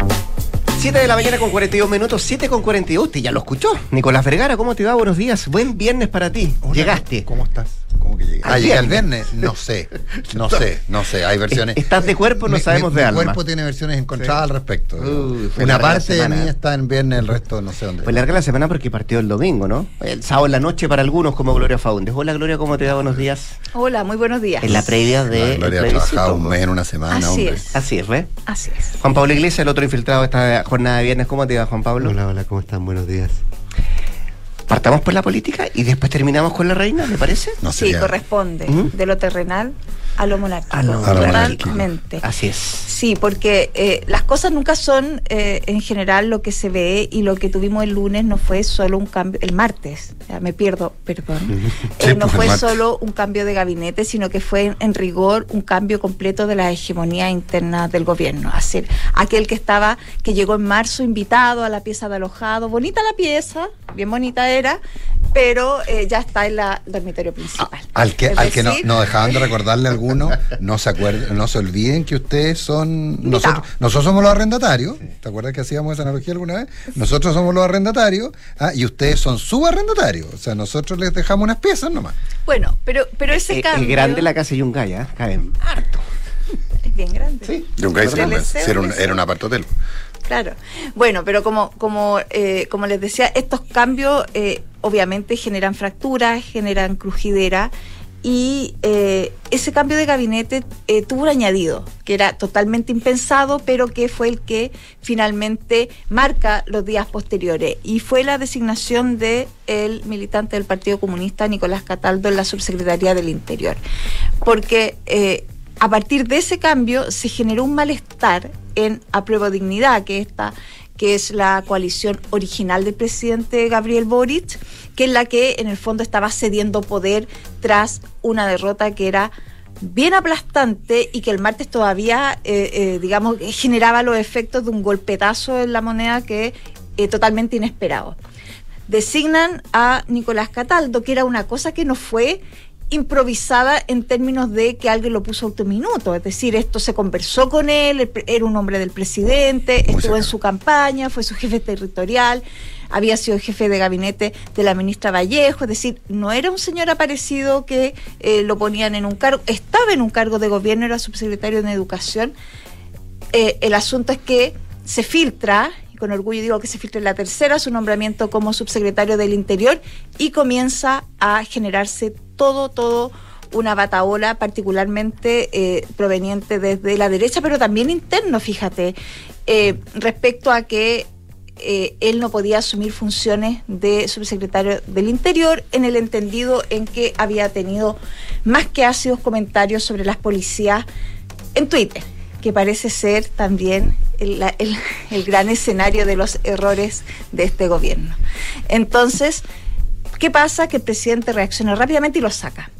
siete de la mañana con cuarenta y dos minutos, siete con cuarenta y dos. Usted ya lo escuchó. Nicolás Vergara, ¿cómo te va? Buenos días. Buen viernes para ti. Hola, llegaste. ¿Cómo estás? ¿Cómo que llegué? Ah, llegué al viernes. No sé, no sé, no sé. Hay versiones. ¿Estás de cuerpo? No mi, sabemos mi, de mi alma. Mi cuerpo tiene versiones encontradas sí. al respecto. Uh, Una parte de mí está en viernes, el resto no sé dónde. Fue larga la semana porque partió el domingo, ¿no? El sábado en la noche para algunos, como Gloria Faúndez. Hola, Gloria, ¿cómo te va? Buenos días. Hola, muy buenos días. En la previa de. La Gloria ha trabajado un mes en una semana, Así hombre. Es. Así es, ¿ves? Así es. Juan Pablo Iglesias, el otro infiltrado de esta jornada de viernes. ¿Cómo te va, Juan Pablo? Hola, hola, ¿cómo están? Buenos días. Partamos por la política y después terminamos con la reina, ¿le parece? No sí, corresponde. ¿Mm? De lo terrenal a lo monárquico. A lo Totalmente. Así es. Sí, porque eh, las cosas nunca son eh, en general lo que se ve, y lo que tuvimos el lunes no fue solo un cambio, el martes, ya me pierdo, perdón, sí, eh, no fue solo un cambio de gabinete, sino que fue en, en rigor un cambio completo de la hegemonía interna del gobierno. Así, aquel que estaba, que llegó en marzo invitado a la pieza de alojado, bonita la pieza, bien bonita era, pero eh, ya está en la dormitorio principal. Ah, al que, es al decir, que no, no dejaban de recordarle a algunos, no se acuerden, no se olviden que ustedes son nosotros, nosotros somos los arrendatarios. Sí. ¿Te acuerdas que hacíamos esa analogía alguna vez? Nosotros somos los arrendatarios, ¿ah? Y ustedes son subarrendatarios. O sea, nosotros les dejamos unas piezas nomás. Bueno, pero, pero ese eh, cambio. Es grande la casa de Yungay, ¿eh? Caben harto. Es bien grande. Sí, Yungay era un, era un apartotel. Claro. Bueno, pero como como eh, como les decía, estos cambios eh, obviamente generan fracturas, generan crujidera, y eh, ese cambio de gabinete eh, tuvo un añadido que era totalmente impensado, pero que fue el que finalmente marca los días posteriores, y fue la designación de el militante del Partido Comunista Nicolás Cataldo en la Subsecretaría del Interior, porque eh, a partir de ese cambio se generó un malestar en Apruebo Dignidad, que esta que es la coalición original del presidente Gabriel Boric, que es la que en el fondo estaba cediendo poder tras una derrota que era bien aplastante y que el martes todavía, eh, eh, digamos, generaba los efectos de un golpetazo en la moneda que eh, totalmente inesperado. Designan a Nicolás Cataldo, que era una cosa que no fue improvisada en términos de que alguien lo puso a autominuto, es decir, esto se conversó con él, era un hombre del presidente, Muy estuvo cerca. en su campaña, fue su jefe territorial, había sido jefe de gabinete de la ministra Vallejo, es decir, no era un señor aparecido que eh, lo ponían en un cargo, estaba en un cargo de gobierno, era subsecretario de Educación. Eh, el asunto es que se filtra, y con orgullo digo que se filtra en la tercera, su nombramiento como subsecretario del Interior, y comienza a generarse todo, todo una batahola, particularmente eh, proveniente desde la derecha, pero también interno, fíjate, eh, respecto a que eh, él no podía asumir funciones de subsecretario del Interior, en el entendido en que había tenido más que ácidos comentarios sobre las policías en Twitter, que parece ser también el, el, el gran escenario de los errores de este gobierno. Entonces, ¿qué pasa? Que el presidente reacciona rápidamente y lo saca.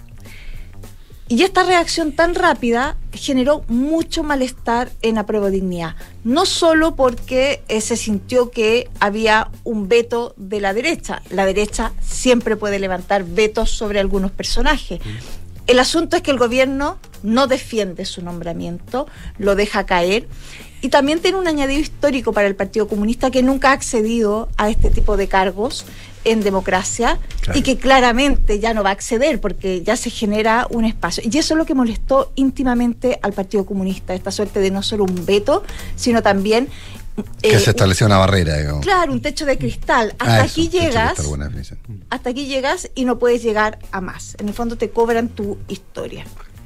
Y esta reacción tan rápida generó mucho malestar en Apruebo Dignidad. No solo porque eh, se sintió que había un veto de la derecha. La derecha siempre puede levantar vetos sobre algunos personajes. El asunto es que el gobierno no defiende su nombramiento, lo deja caer. Y también tiene un añadido histórico para el Partido Comunista, que nunca ha accedido a este tipo de cargos en democracia, claro, y que claramente ya no va a acceder porque ya se genera un espacio. Y eso es lo que molestó íntimamente al Partido Comunista, esta suerte de no solo un veto, sino también... Que eh, se estableció una barrera, digamos. Claro, un techo de cristal. Hasta ah, aquí eso, llegas, techo de cristal, buena hasta aquí llegas y no puedes llegar a más. En el fondo te cobran tu historia.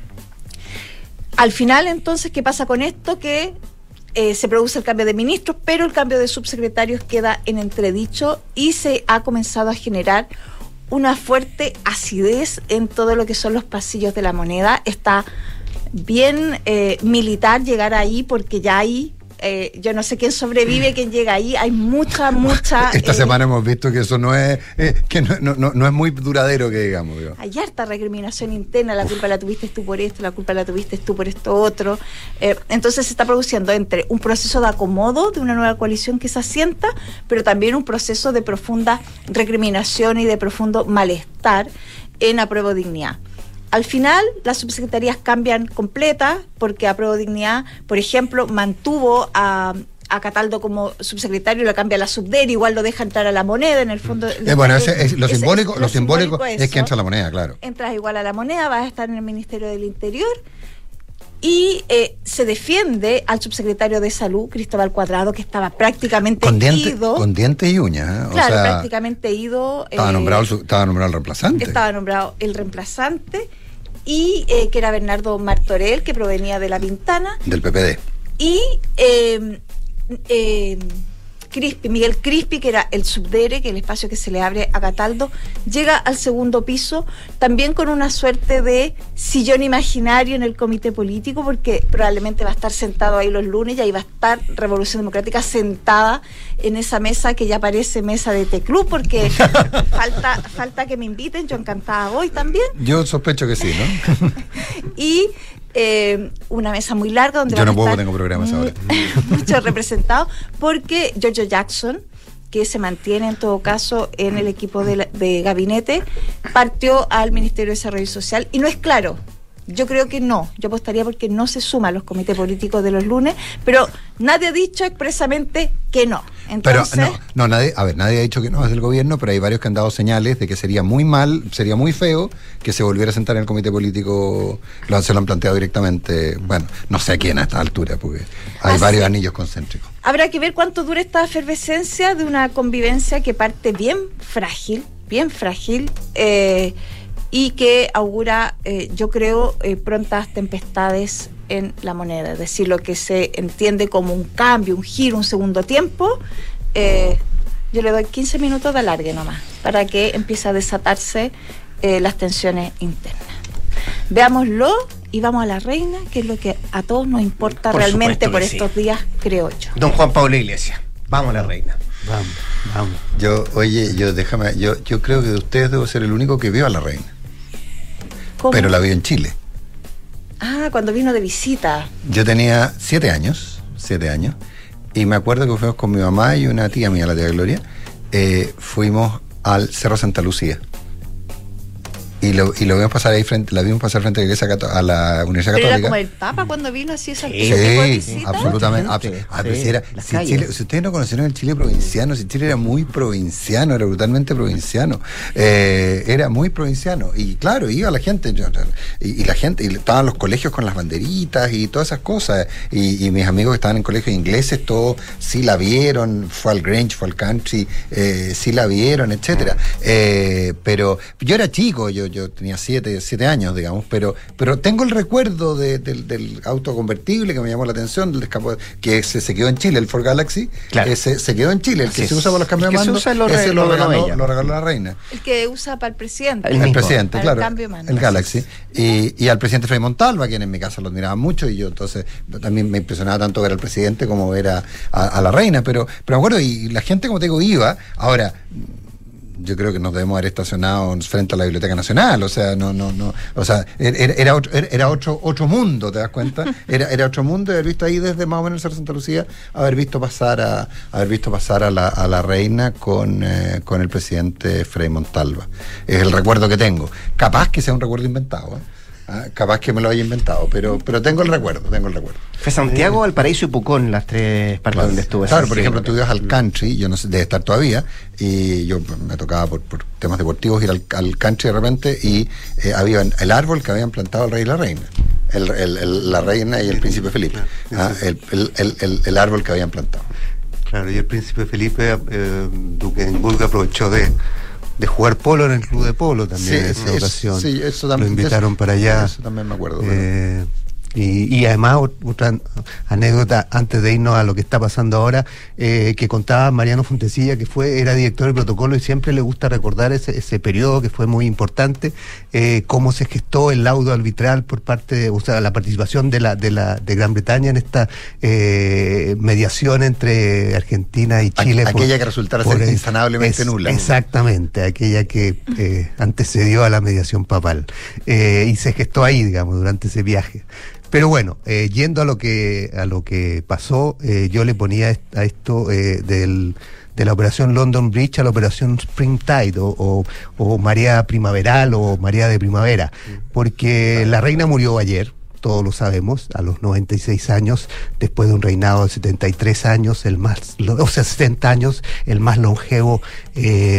Al final, entonces, ¿qué pasa con esto? Que Eh, se produce el cambio de ministros, pero el cambio de subsecretarios queda en entredicho y se ha comenzado a generar una fuerte acidez en todo lo que son los pasillos de la Moneda. Está bien eh, militar llegar ahí porque ya hay, eh, yo no sé quién sobrevive, quién llega ahí, hay mucha, mucha... Esta eh, semana hemos visto que eso no es eh, que no, no, no, no es muy duradero, que digamos. Digo. Hay harta recriminación interna, la culpa la tuviste tú por esto, la culpa la tuviste tú por esto otro. Eh, entonces se está produciendo entre un proceso de acomodo de una nueva coalición que se asienta, pero también un proceso de profunda recriminación y de profundo malestar en Apruebo Dignidad. Al final, las subsecretarías cambian completas, porque Apruebo Dignidad, por ejemplo, mantuvo a, a Cataldo como subsecretario, lo cambia a la Subdere, igual lo deja entrar a la Moneda, en el fondo... Eh, bueno, ese, es, lo, ese, simbólico, lo, lo simbólico, simbólico es que entra a la Moneda, claro. Entras igual a la Moneda, vas a estar en el Ministerio del Interior, y eh, se defiende al subsecretario de Salud, Cristóbal Cuadrado, que estaba prácticamente con diente, ido. Con dientes y uñas. ¿eh? Claro, o sea, prácticamente ido. Estaba, eh, nombrado el, estaba nombrado el reemplazante. Estaba nombrado el reemplazante, y eh, que era Bernardo Martorell, que provenía de La Pintana. Del P P D. Y eh, eh, Crispi, Miguel Crispi, que era el subdere, que es el espacio que se le abre a Cataldo, llega al segundo piso, también con una suerte de sillón imaginario en el comité político, porque probablemente va a estar sentado ahí los lunes y ahí va a estar Revolución Democrática sentada en esa mesa que ya parece mesa de T-Club, porque falta, falta que me inviten, yo encantada voy también. Yo sospecho que sí, ¿no? Y Eh, una mesa muy larga donde yo van no a puedo, estar tengo programas ahora. muchos representados, porque Giorgio Jackson, que se mantiene en todo caso en el equipo de, la, de gabinete, partió al Ministerio de Desarrollo Social y no es claro. Yo creo que no, yo apostaría porque no se suma a los comités políticos de los lunes, pero nadie ha dicho expresamente que no. Entonces, pero no, no, nadie, a ver, nadie ha dicho que no es del gobierno, pero hay varios que han dado señales de que sería muy mal, sería muy feo que se volviera a sentar en el comité político, lo, se lo han planteado directamente, bueno, no sé a quién a esta altura, porque hay Así. varios anillos concéntricos. Habrá que ver cuánto dura esta efervescencia de una convivencia que parte bien frágil, bien frágil, eh, y que augura, eh, yo creo, eh, prontas tempestades en la Moneda. Es decir, lo que se entiende como un cambio, un giro, un segundo tiempo, eh, yo le doy quince minutos de alargue nomás, para que empiece a desatarse eh, las tensiones internas. Veámoslo y vamos a la reina, que es lo que a todos nos importa por realmente por estos sí. días, creo yo. Don Juan Pablo Iglesias, vamos a la reina. Vamos, vamos. Yo, oye, yo déjame, yo, yo creo que de ustedes debo ser el único que vio a la reina. ¿Cómo? Pero la vio en Chile. Ah, cuando vino de visita. Yo tenía siete años, siete años, y me acuerdo que fuimos con mi mamá y una tía mía, la tía Gloria, eh, fuimos al Cerro Santa Lucía. Y lo, y lo vimos pasar ahí frente, la vimos pasar frente a la iglesia a la Universidad Pero Católica. Era como el Papa cuando vino así esa sí, tipo de visita. Absolutamente. Absolutamente. Ah, sí, si, era, si, Chile, si ustedes no conocieron el Chile provinciano, si Chile era muy provinciano, era brutalmente provinciano, eh, era muy provinciano. Y claro, iba la gente, yo, y, y la gente, y estaban los colegios con las banderitas y todas esas cosas. Y, y mis amigos que estaban en colegios ingleses, todos sí la vieron, fue al Grange, fue al Country, eh, sí la vieron, etcétera. Eh, pero yo era chico, yo yo tenía siete, siete años, digamos, pero, pero tengo el recuerdo de, de, del auto convertible que me llamó la atención, del escapo, que se, se quedó en Chile, el Ford Galaxy, claro. que se, se quedó en Chile, el que Así se es. usa para los cambios de mando, lo, ese lo, lo, regaló, ella. lo regaló la reina. El que usa para el presidente. El, el presidente, para claro. El, cambio de mando. El Galaxy. Y, y al presidente Frei Montalva, quien en mi casa lo admiraba mucho, y yo entonces también me impresionaba tanto ver al presidente como ver a, a, a la reina, pero, pero me acuerdo, y la gente, como te digo, iba. Ahora, yo creo que nos debemos haber estacionado frente a la Biblioteca Nacional, o sea, no, no, no, o sea, era, era otro, era otro, otro mundo, ¿te das cuenta? Era, era otro mundo, haber visto ahí desde más o menos el Cerro Santa Lucía, haber visto pasar a, haber visto pasar a la, a la reina con, eh, con el presidente Frei Montalva. Es el recuerdo que tengo. Capaz que sea un recuerdo inventado, ¿eh? Ah, capaz que me lo haya inventado, pero pero tengo el recuerdo, tengo el recuerdo. Fue Santiago, Valparaíso y Pucón las tres partes Claro, donde estuve. claro, por ejemplo, tú ibas al country, yo no sé, debe estar todavía, y yo me tocaba por, por temas deportivos ir al, al country de repente, y eh, había el árbol que habían plantado el rey y la reina, el, el, el, la reina y el príncipe Felipe, ah, el, el, el, el, el árbol que habían plantado. Claro, y el príncipe Felipe, eh, duque de Edimburgo, aprovechó de de jugar polo en el club de polo también, sí, en esa es, ocasión. Sí, eso también, lo invitaron eso, para allá. Eso también me acuerdo. Eh, y, y además, otra anécdota, antes de irnos a lo que está pasando ahora, eh, que contaba Mariano Fontecilla, que fue era director del protocolo, y siempre le gusta recordar ese, ese periodo que fue muy importante, eh, cómo se gestó el laudo arbitral por parte de, o sea, la participación de la de la de Gran Bretaña en esta eh, mediación entre Argentina y Chile. A, por, aquella que resultara ser insanablemente es, nula. Exactamente, aquella que eh, antecedió a la mediación papal. Eh, y se gestó ahí, digamos, durante ese viaje. Pero bueno, eh, yendo a lo que a lo que pasó, eh, yo le ponía a esto eh, del, de la operación London Bridge a la operación Springtide, o, o, o marea primaveral, o marea de primavera, porque la reina murió ayer, todos lo sabemos, a los noventa y seis años, después de un reinado de setenta y tres años, el más, o sea, setenta años, el más longevo eh,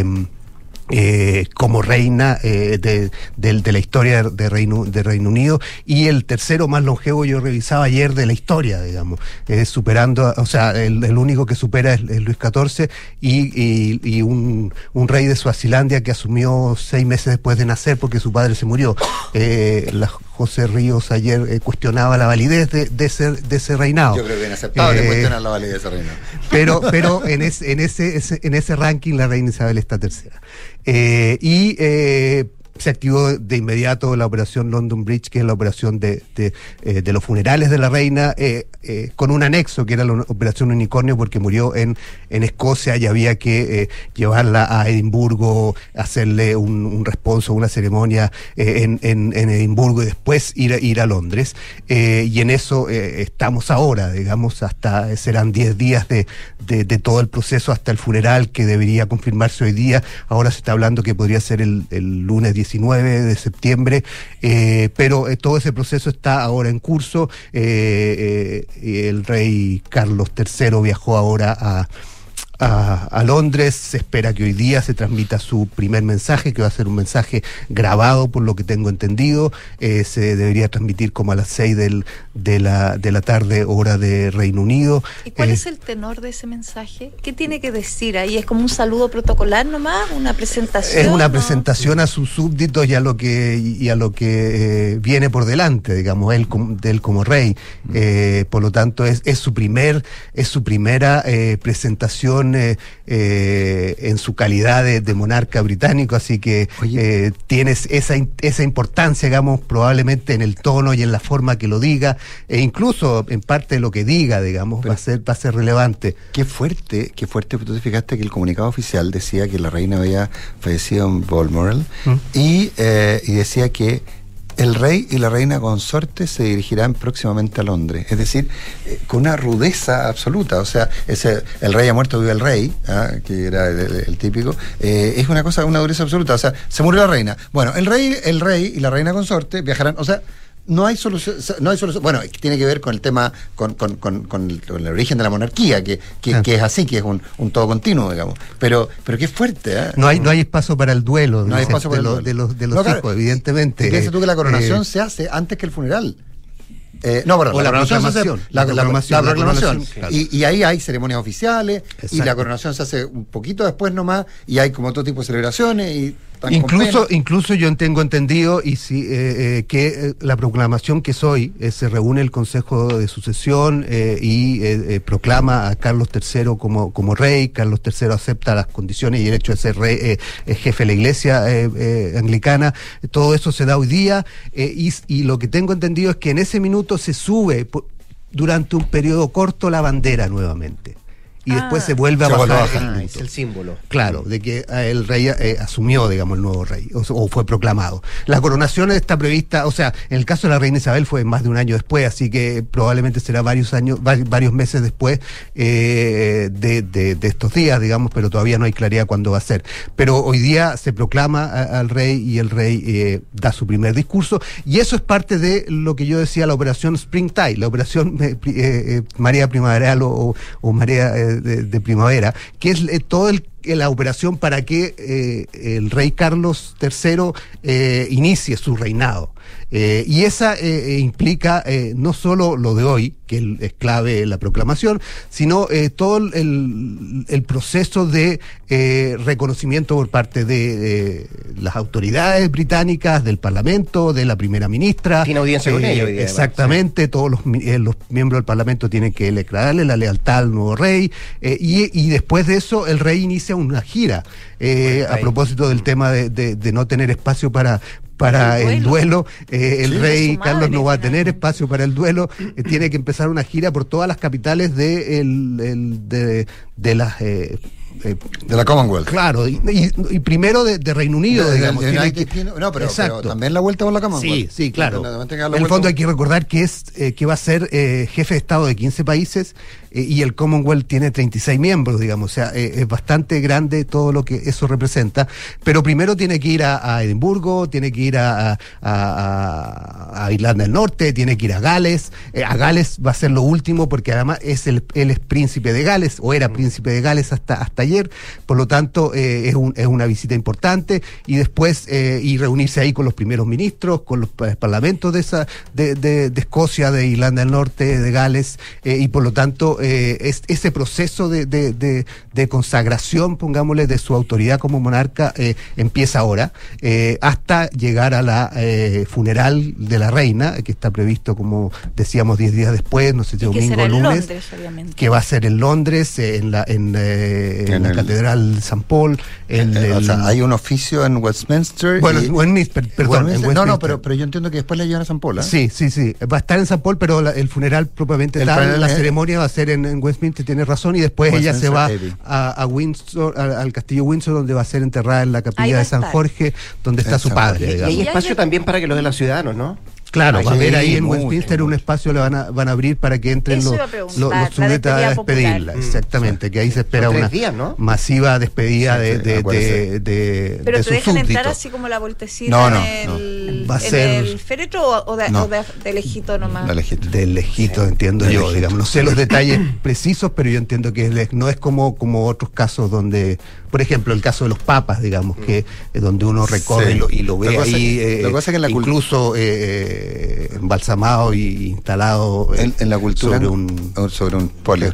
Eh, como reina eh, de, de, de la historia de Reino, de Reino Unido, y el tercero más longevo, yo revisaba ayer, de la historia, digamos, eh, superando, o sea, el, el único que supera es, es Luis catorce, y, y, y un, un rey de Suazilandia que asumió seis meses después de nacer porque su padre se murió. Eh, la José Ríos ayer eh, cuestionaba la validez de, de, ese, de ese reinado. Yo creo que es inaceptable eh, cuestionar la validez de ese reinado. Pero, pero en, es, en, ese, ese, en ese ranking la reina Isabel está tercera. Eh, y eh, se activó de inmediato la operación London Bridge, que es la operación de, de, eh, de los funerales de la reina, eh, eh, con un anexo que era la operación Unicornio, porque murió en, en Escocia y había que eh, llevarla a Edimburgo, hacerle un, un responso, una ceremonia eh, en, en, en Edimburgo, y después ir a, ir a Londres. Eh, y en eso eh, estamos ahora, digamos, hasta serán diez días de, de, de todo el proceso hasta el funeral, que debería confirmarse hoy día. Ahora se está hablando que podría ser el, el lunes diecinueve de septiembre, eh, pero eh, todo ese proceso está ahora en curso. Eh, eh, el rey Carlos tercero viajó ahora a A, a Londres. Se espera que hoy día se transmita su primer mensaje, que va a ser un mensaje grabado, por lo que tengo entendido. Eh, se debería transmitir como a las seis del, de, la, de la tarde, hora de Reino Unido. ¿Y cuál eh, es el tenor de ese mensaje? ¿Qué tiene que decir ahí? ¿Es como un saludo protocolar nomás? ¿Una presentación? Es una ¿no? presentación a sus súbditos y a lo que y a lo que eh, viene por delante, digamos, él como, de él como rey. Eh, por lo tanto, es, es su primer es su primera eh, presentación Eh, eh, en su calidad de, de monarca británico, así que eh, tienes esa, esa importancia, digamos, probablemente en el tono y en la forma que lo diga, e incluso en parte de lo que diga, digamos, Pero, va a ser va a ser relevante. Qué fuerte, qué fuerte. Tú te fijaste que el comunicado oficial decía que la reina había fallecido en Balmoral, ¿Mm? y, eh, y decía que el rey y la reina consorte se dirigirán próximamente a Londres, es decir, eh, con una rudeza absoluta. O sea, ese el rey ha muerto, vive el rey, ¿ah? que era el, el, el típico, eh, es una cosa, una dureza absoluta. O sea, se murió la reina. Bueno, el rey, el rey y la reina consorte viajarán, o sea, no hay solución, no hay solución. Bueno, tiene que ver con el tema, con, con, con, con, el, con el origen de la monarquía, que, que, ah. que es así, que es un, un todo continuo, digamos. Pero, pero qué fuerte, ¿eh? No hay, no hay espacio para el duelo, no hay espacio para de, el lo, duelo. de los, de los no, hijos, claro, evidentemente. Piensa tú que la coronación eh, se hace antes que el funeral. Eh, no, bueno, o la, la proclamación, la, la, proclamación, la, la proclamación, claro. y, y ahí hay ceremonias oficiales. Exacto. Y la coronación se hace un poquito después nomás, y hay como otro tipo de celebraciones, y Incluso, incluso yo tengo entendido y si, eh, eh, que eh, la proclamación que es hoy, eh, se reúne el Consejo de Sucesión eh, y eh, eh, proclama a Carlos tercero como, como rey. Carlos tercero acepta las condiciones y el hecho de ser rey, eh, eh, jefe de la iglesia eh, eh, anglicana. Todo eso se da hoy día eh, y, y lo que tengo entendido es que en ese minuto se sube por, durante un periodo corto la bandera nuevamente. Y ah, después se vuelve a bajar. bajar. Ah, es el símbolo. Claro, de que el rey eh, asumió, digamos, el nuevo rey, o, o fue proclamado. La coronación está prevista, o sea, en el caso de la reina Isabel fue más de un año después, así que probablemente será varios años, varios meses después eh, de, de, de estos días, digamos, pero todavía no hay claridad cuándo va a ser. Pero hoy día se proclama a, al rey y el rey eh, da su primer discurso, y eso es parte de lo que yo decía, la operación Springtide, la operación eh, eh, María Primaveral o, o María eh, De, de primavera, que es eh, todo el la operación para que eh, el rey Carlos tercero eh, inicie su reinado. Eh, y esa eh, implica eh, no solo lo de hoy, que es clave la proclamación, sino eh, todo el, el proceso de eh, reconocimiento por parte de eh, las autoridades británicas, del Parlamento, de la primera ministra. Tiene audiencia eh, con ellos. Exactamente, sí. Todos los, eh, los miembros del Parlamento tienen que declararle la lealtad al nuevo rey, eh, y, y después de eso el rey inicia una gira, eh, bueno, a propósito del tema de, de, de no tener espacio para para el duelo, el, duelo eh, el sí, rey Carlos no va a tener espacio para el duelo, eh, tiene que empezar una gira por todas las capitales de, el, el, de, de las... Eh, Eh, de la Commonwealth. Claro, y, y, y primero de, de Reino Unido, de, digamos. De, de, de, que, no, pero, pero también la vuelta por la Commonwealth. Sí, sí, claro. En el fondo hay que recordar que es eh, que va a ser eh, jefe de Estado de quince países eh, y el Commonwealth tiene treinta y seis miembros, digamos. O sea, eh, es bastante grande todo lo que eso representa. Pero primero tiene que ir a, a Edimburgo, tiene que ir a, a, a, a Irlanda del Norte, tiene que ir a Gales. Eh, a Gales va a ser lo último porque además es el, él es príncipe de Gales, o era príncipe de Gales hasta, hasta ayer, por lo tanto eh, es, un, es una visita importante, y después eh, y reunirse ahí con los primeros ministros, con los parlamentos de esa de, de, de Escocia, de Irlanda del Norte, de Gales, eh, y por lo tanto eh, es, ese proceso de, de, de, de consagración, pongámosle, de su autoridad como monarca eh, empieza ahora, eh, hasta llegar a la eh, funeral de la reina, que está previsto, como decíamos, diez días después, no sé si domingo o lunes, Londres, que va a ser en Londres, eh, en la en, eh, en, en la el, Catedral San Paul. En eh, el, o sea, hay un oficio en Westminster. Bueno, y, Westminster, perdón. Westminster, en no, no, pero, pero yo entiendo que después la llevan a San Paul, ¿eh? Sí, sí, sí. Va a estar en San Paul, pero la, el funeral propiamente el tal, funeral, la eh, ceremonia va a ser en, en Westminster, tiene razón, y después ella se va a, a Windsor, a, al castillo Windsor, donde va a ser enterrada en la capilla de San Jorge, donde está su padre. Y hay espacio también para que los de los ciudadanos, ¿no? Claro, va a haber ahí en mucho, Westminster mucho. un espacio, le van a, van a abrir para que entren los, los, los sujetos a despedirla. Mm. Exactamente, que ahí se espera una días, ¿no? masiva despedida sí, de, de, de, de, Pero de te sus dejan súbditos. Entrar así como la vueltecita no, no, en, el, no. Va a en ser, el féretro o de, no. o de, de lejito nomás. De lejito, de lejito sí. entiendo de yo, lejito. digamos. No sé los detalles precisos, pero yo entiendo que es, no es como, como otros casos donde, por ejemplo, el caso de los papas, digamos, mm. que es donde uno recorre sí. y, lo, y lo ve lo ahí, eh, lo que en la incluso eh, embalsamado y instalado en, en la cultura sobre un sobre un polio.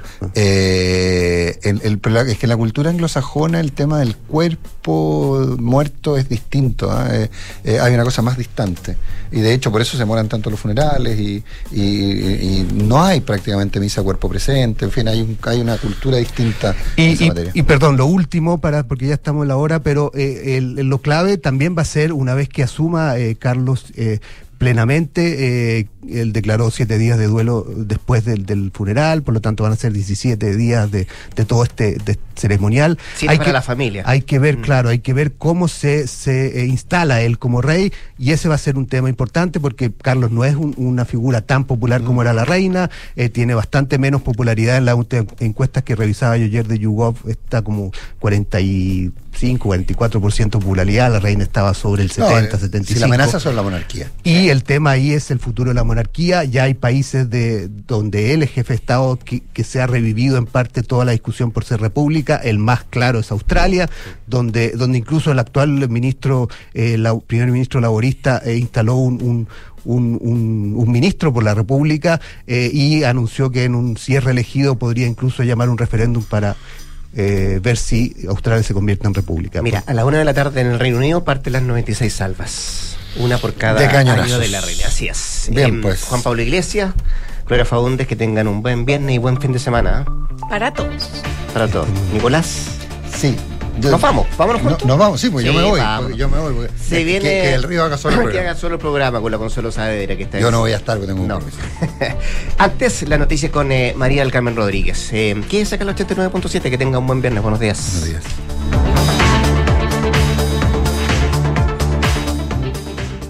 Eh, el, el, es que en la cultura anglosajona el tema del cuerpo muerto es distinto, ¿eh? Eh, hay una cosa más distante, y de hecho por eso se demoran tanto los funerales y, y, y no hay prácticamente misa cuerpo presente, en fin, hay, un, hay una cultura distinta y, en esa y, materia. Y perdón, lo último, para porque ya estamos en la hora, pero eh, el, lo clave también va a ser, una vez que asuma eh, Carlos eh, plenamente, eh, él declaró siete días de duelo después del, del funeral, por lo tanto van a ser diecisiete días de, de todo este de ceremonial. Sí, hay para que, la familia. Hay que ver, mm. claro, hay que ver cómo se, se eh, instala él como rey, y ese va a ser un tema importante porque Carlos no es un, una figura tan popular mm. como era la reina, eh, tiene bastante menos popularidad en las encuestas que revisaba yo ayer de YouGov, está como cuarenta y cinco, cuarenta y cuatro por ciento de popularidad, la reina estaba sobre el setenta, no, setenta y cinco. Si la amenaza sobre la monarquía. Y el tema ahí es el futuro de la monarquía. Ya hay países de donde él es jefe de Estado que, que se ha revivido en parte toda la discusión por ser república. El más claro es Australia, donde, donde incluso el actual ministro, eh, la, primer ministro laborista, eh, instaló un, un Un, un, un ministro por la República eh, y anunció que en un cierre elegido podría incluso llamar un referéndum para eh, ver si Australia se convierte en república. Mira, a la una de la tarde en el Reino Unido parten las noventa y seis salvas. Una por cada de año de la reina. Así es. Bien, eh, pues. Juan Pablo Iglesias, Gloria Faúndez, que tengan un buen viernes y buen fin de semana. ¿eh? Para todos. Para todos. Nicolás. Sí. Yo, nos vamos, vámonos juntos. No, nos vamos, sí, pues sí, yo me voy. Vámonos. Yo me voy. Porque se que, viene, que, que el Río haga solo el programa. Que haga solo el programa con la Consuelo Saavedra que está. Yo no voy a estar, porque tengo un no. compromiso. Antes, la noticia con eh, María del Carmen Rodríguez. Eh, ¿Qué es acá el ochenta y nueve punto siete? Que tenga un buen viernes. Buenos días. Buenos días.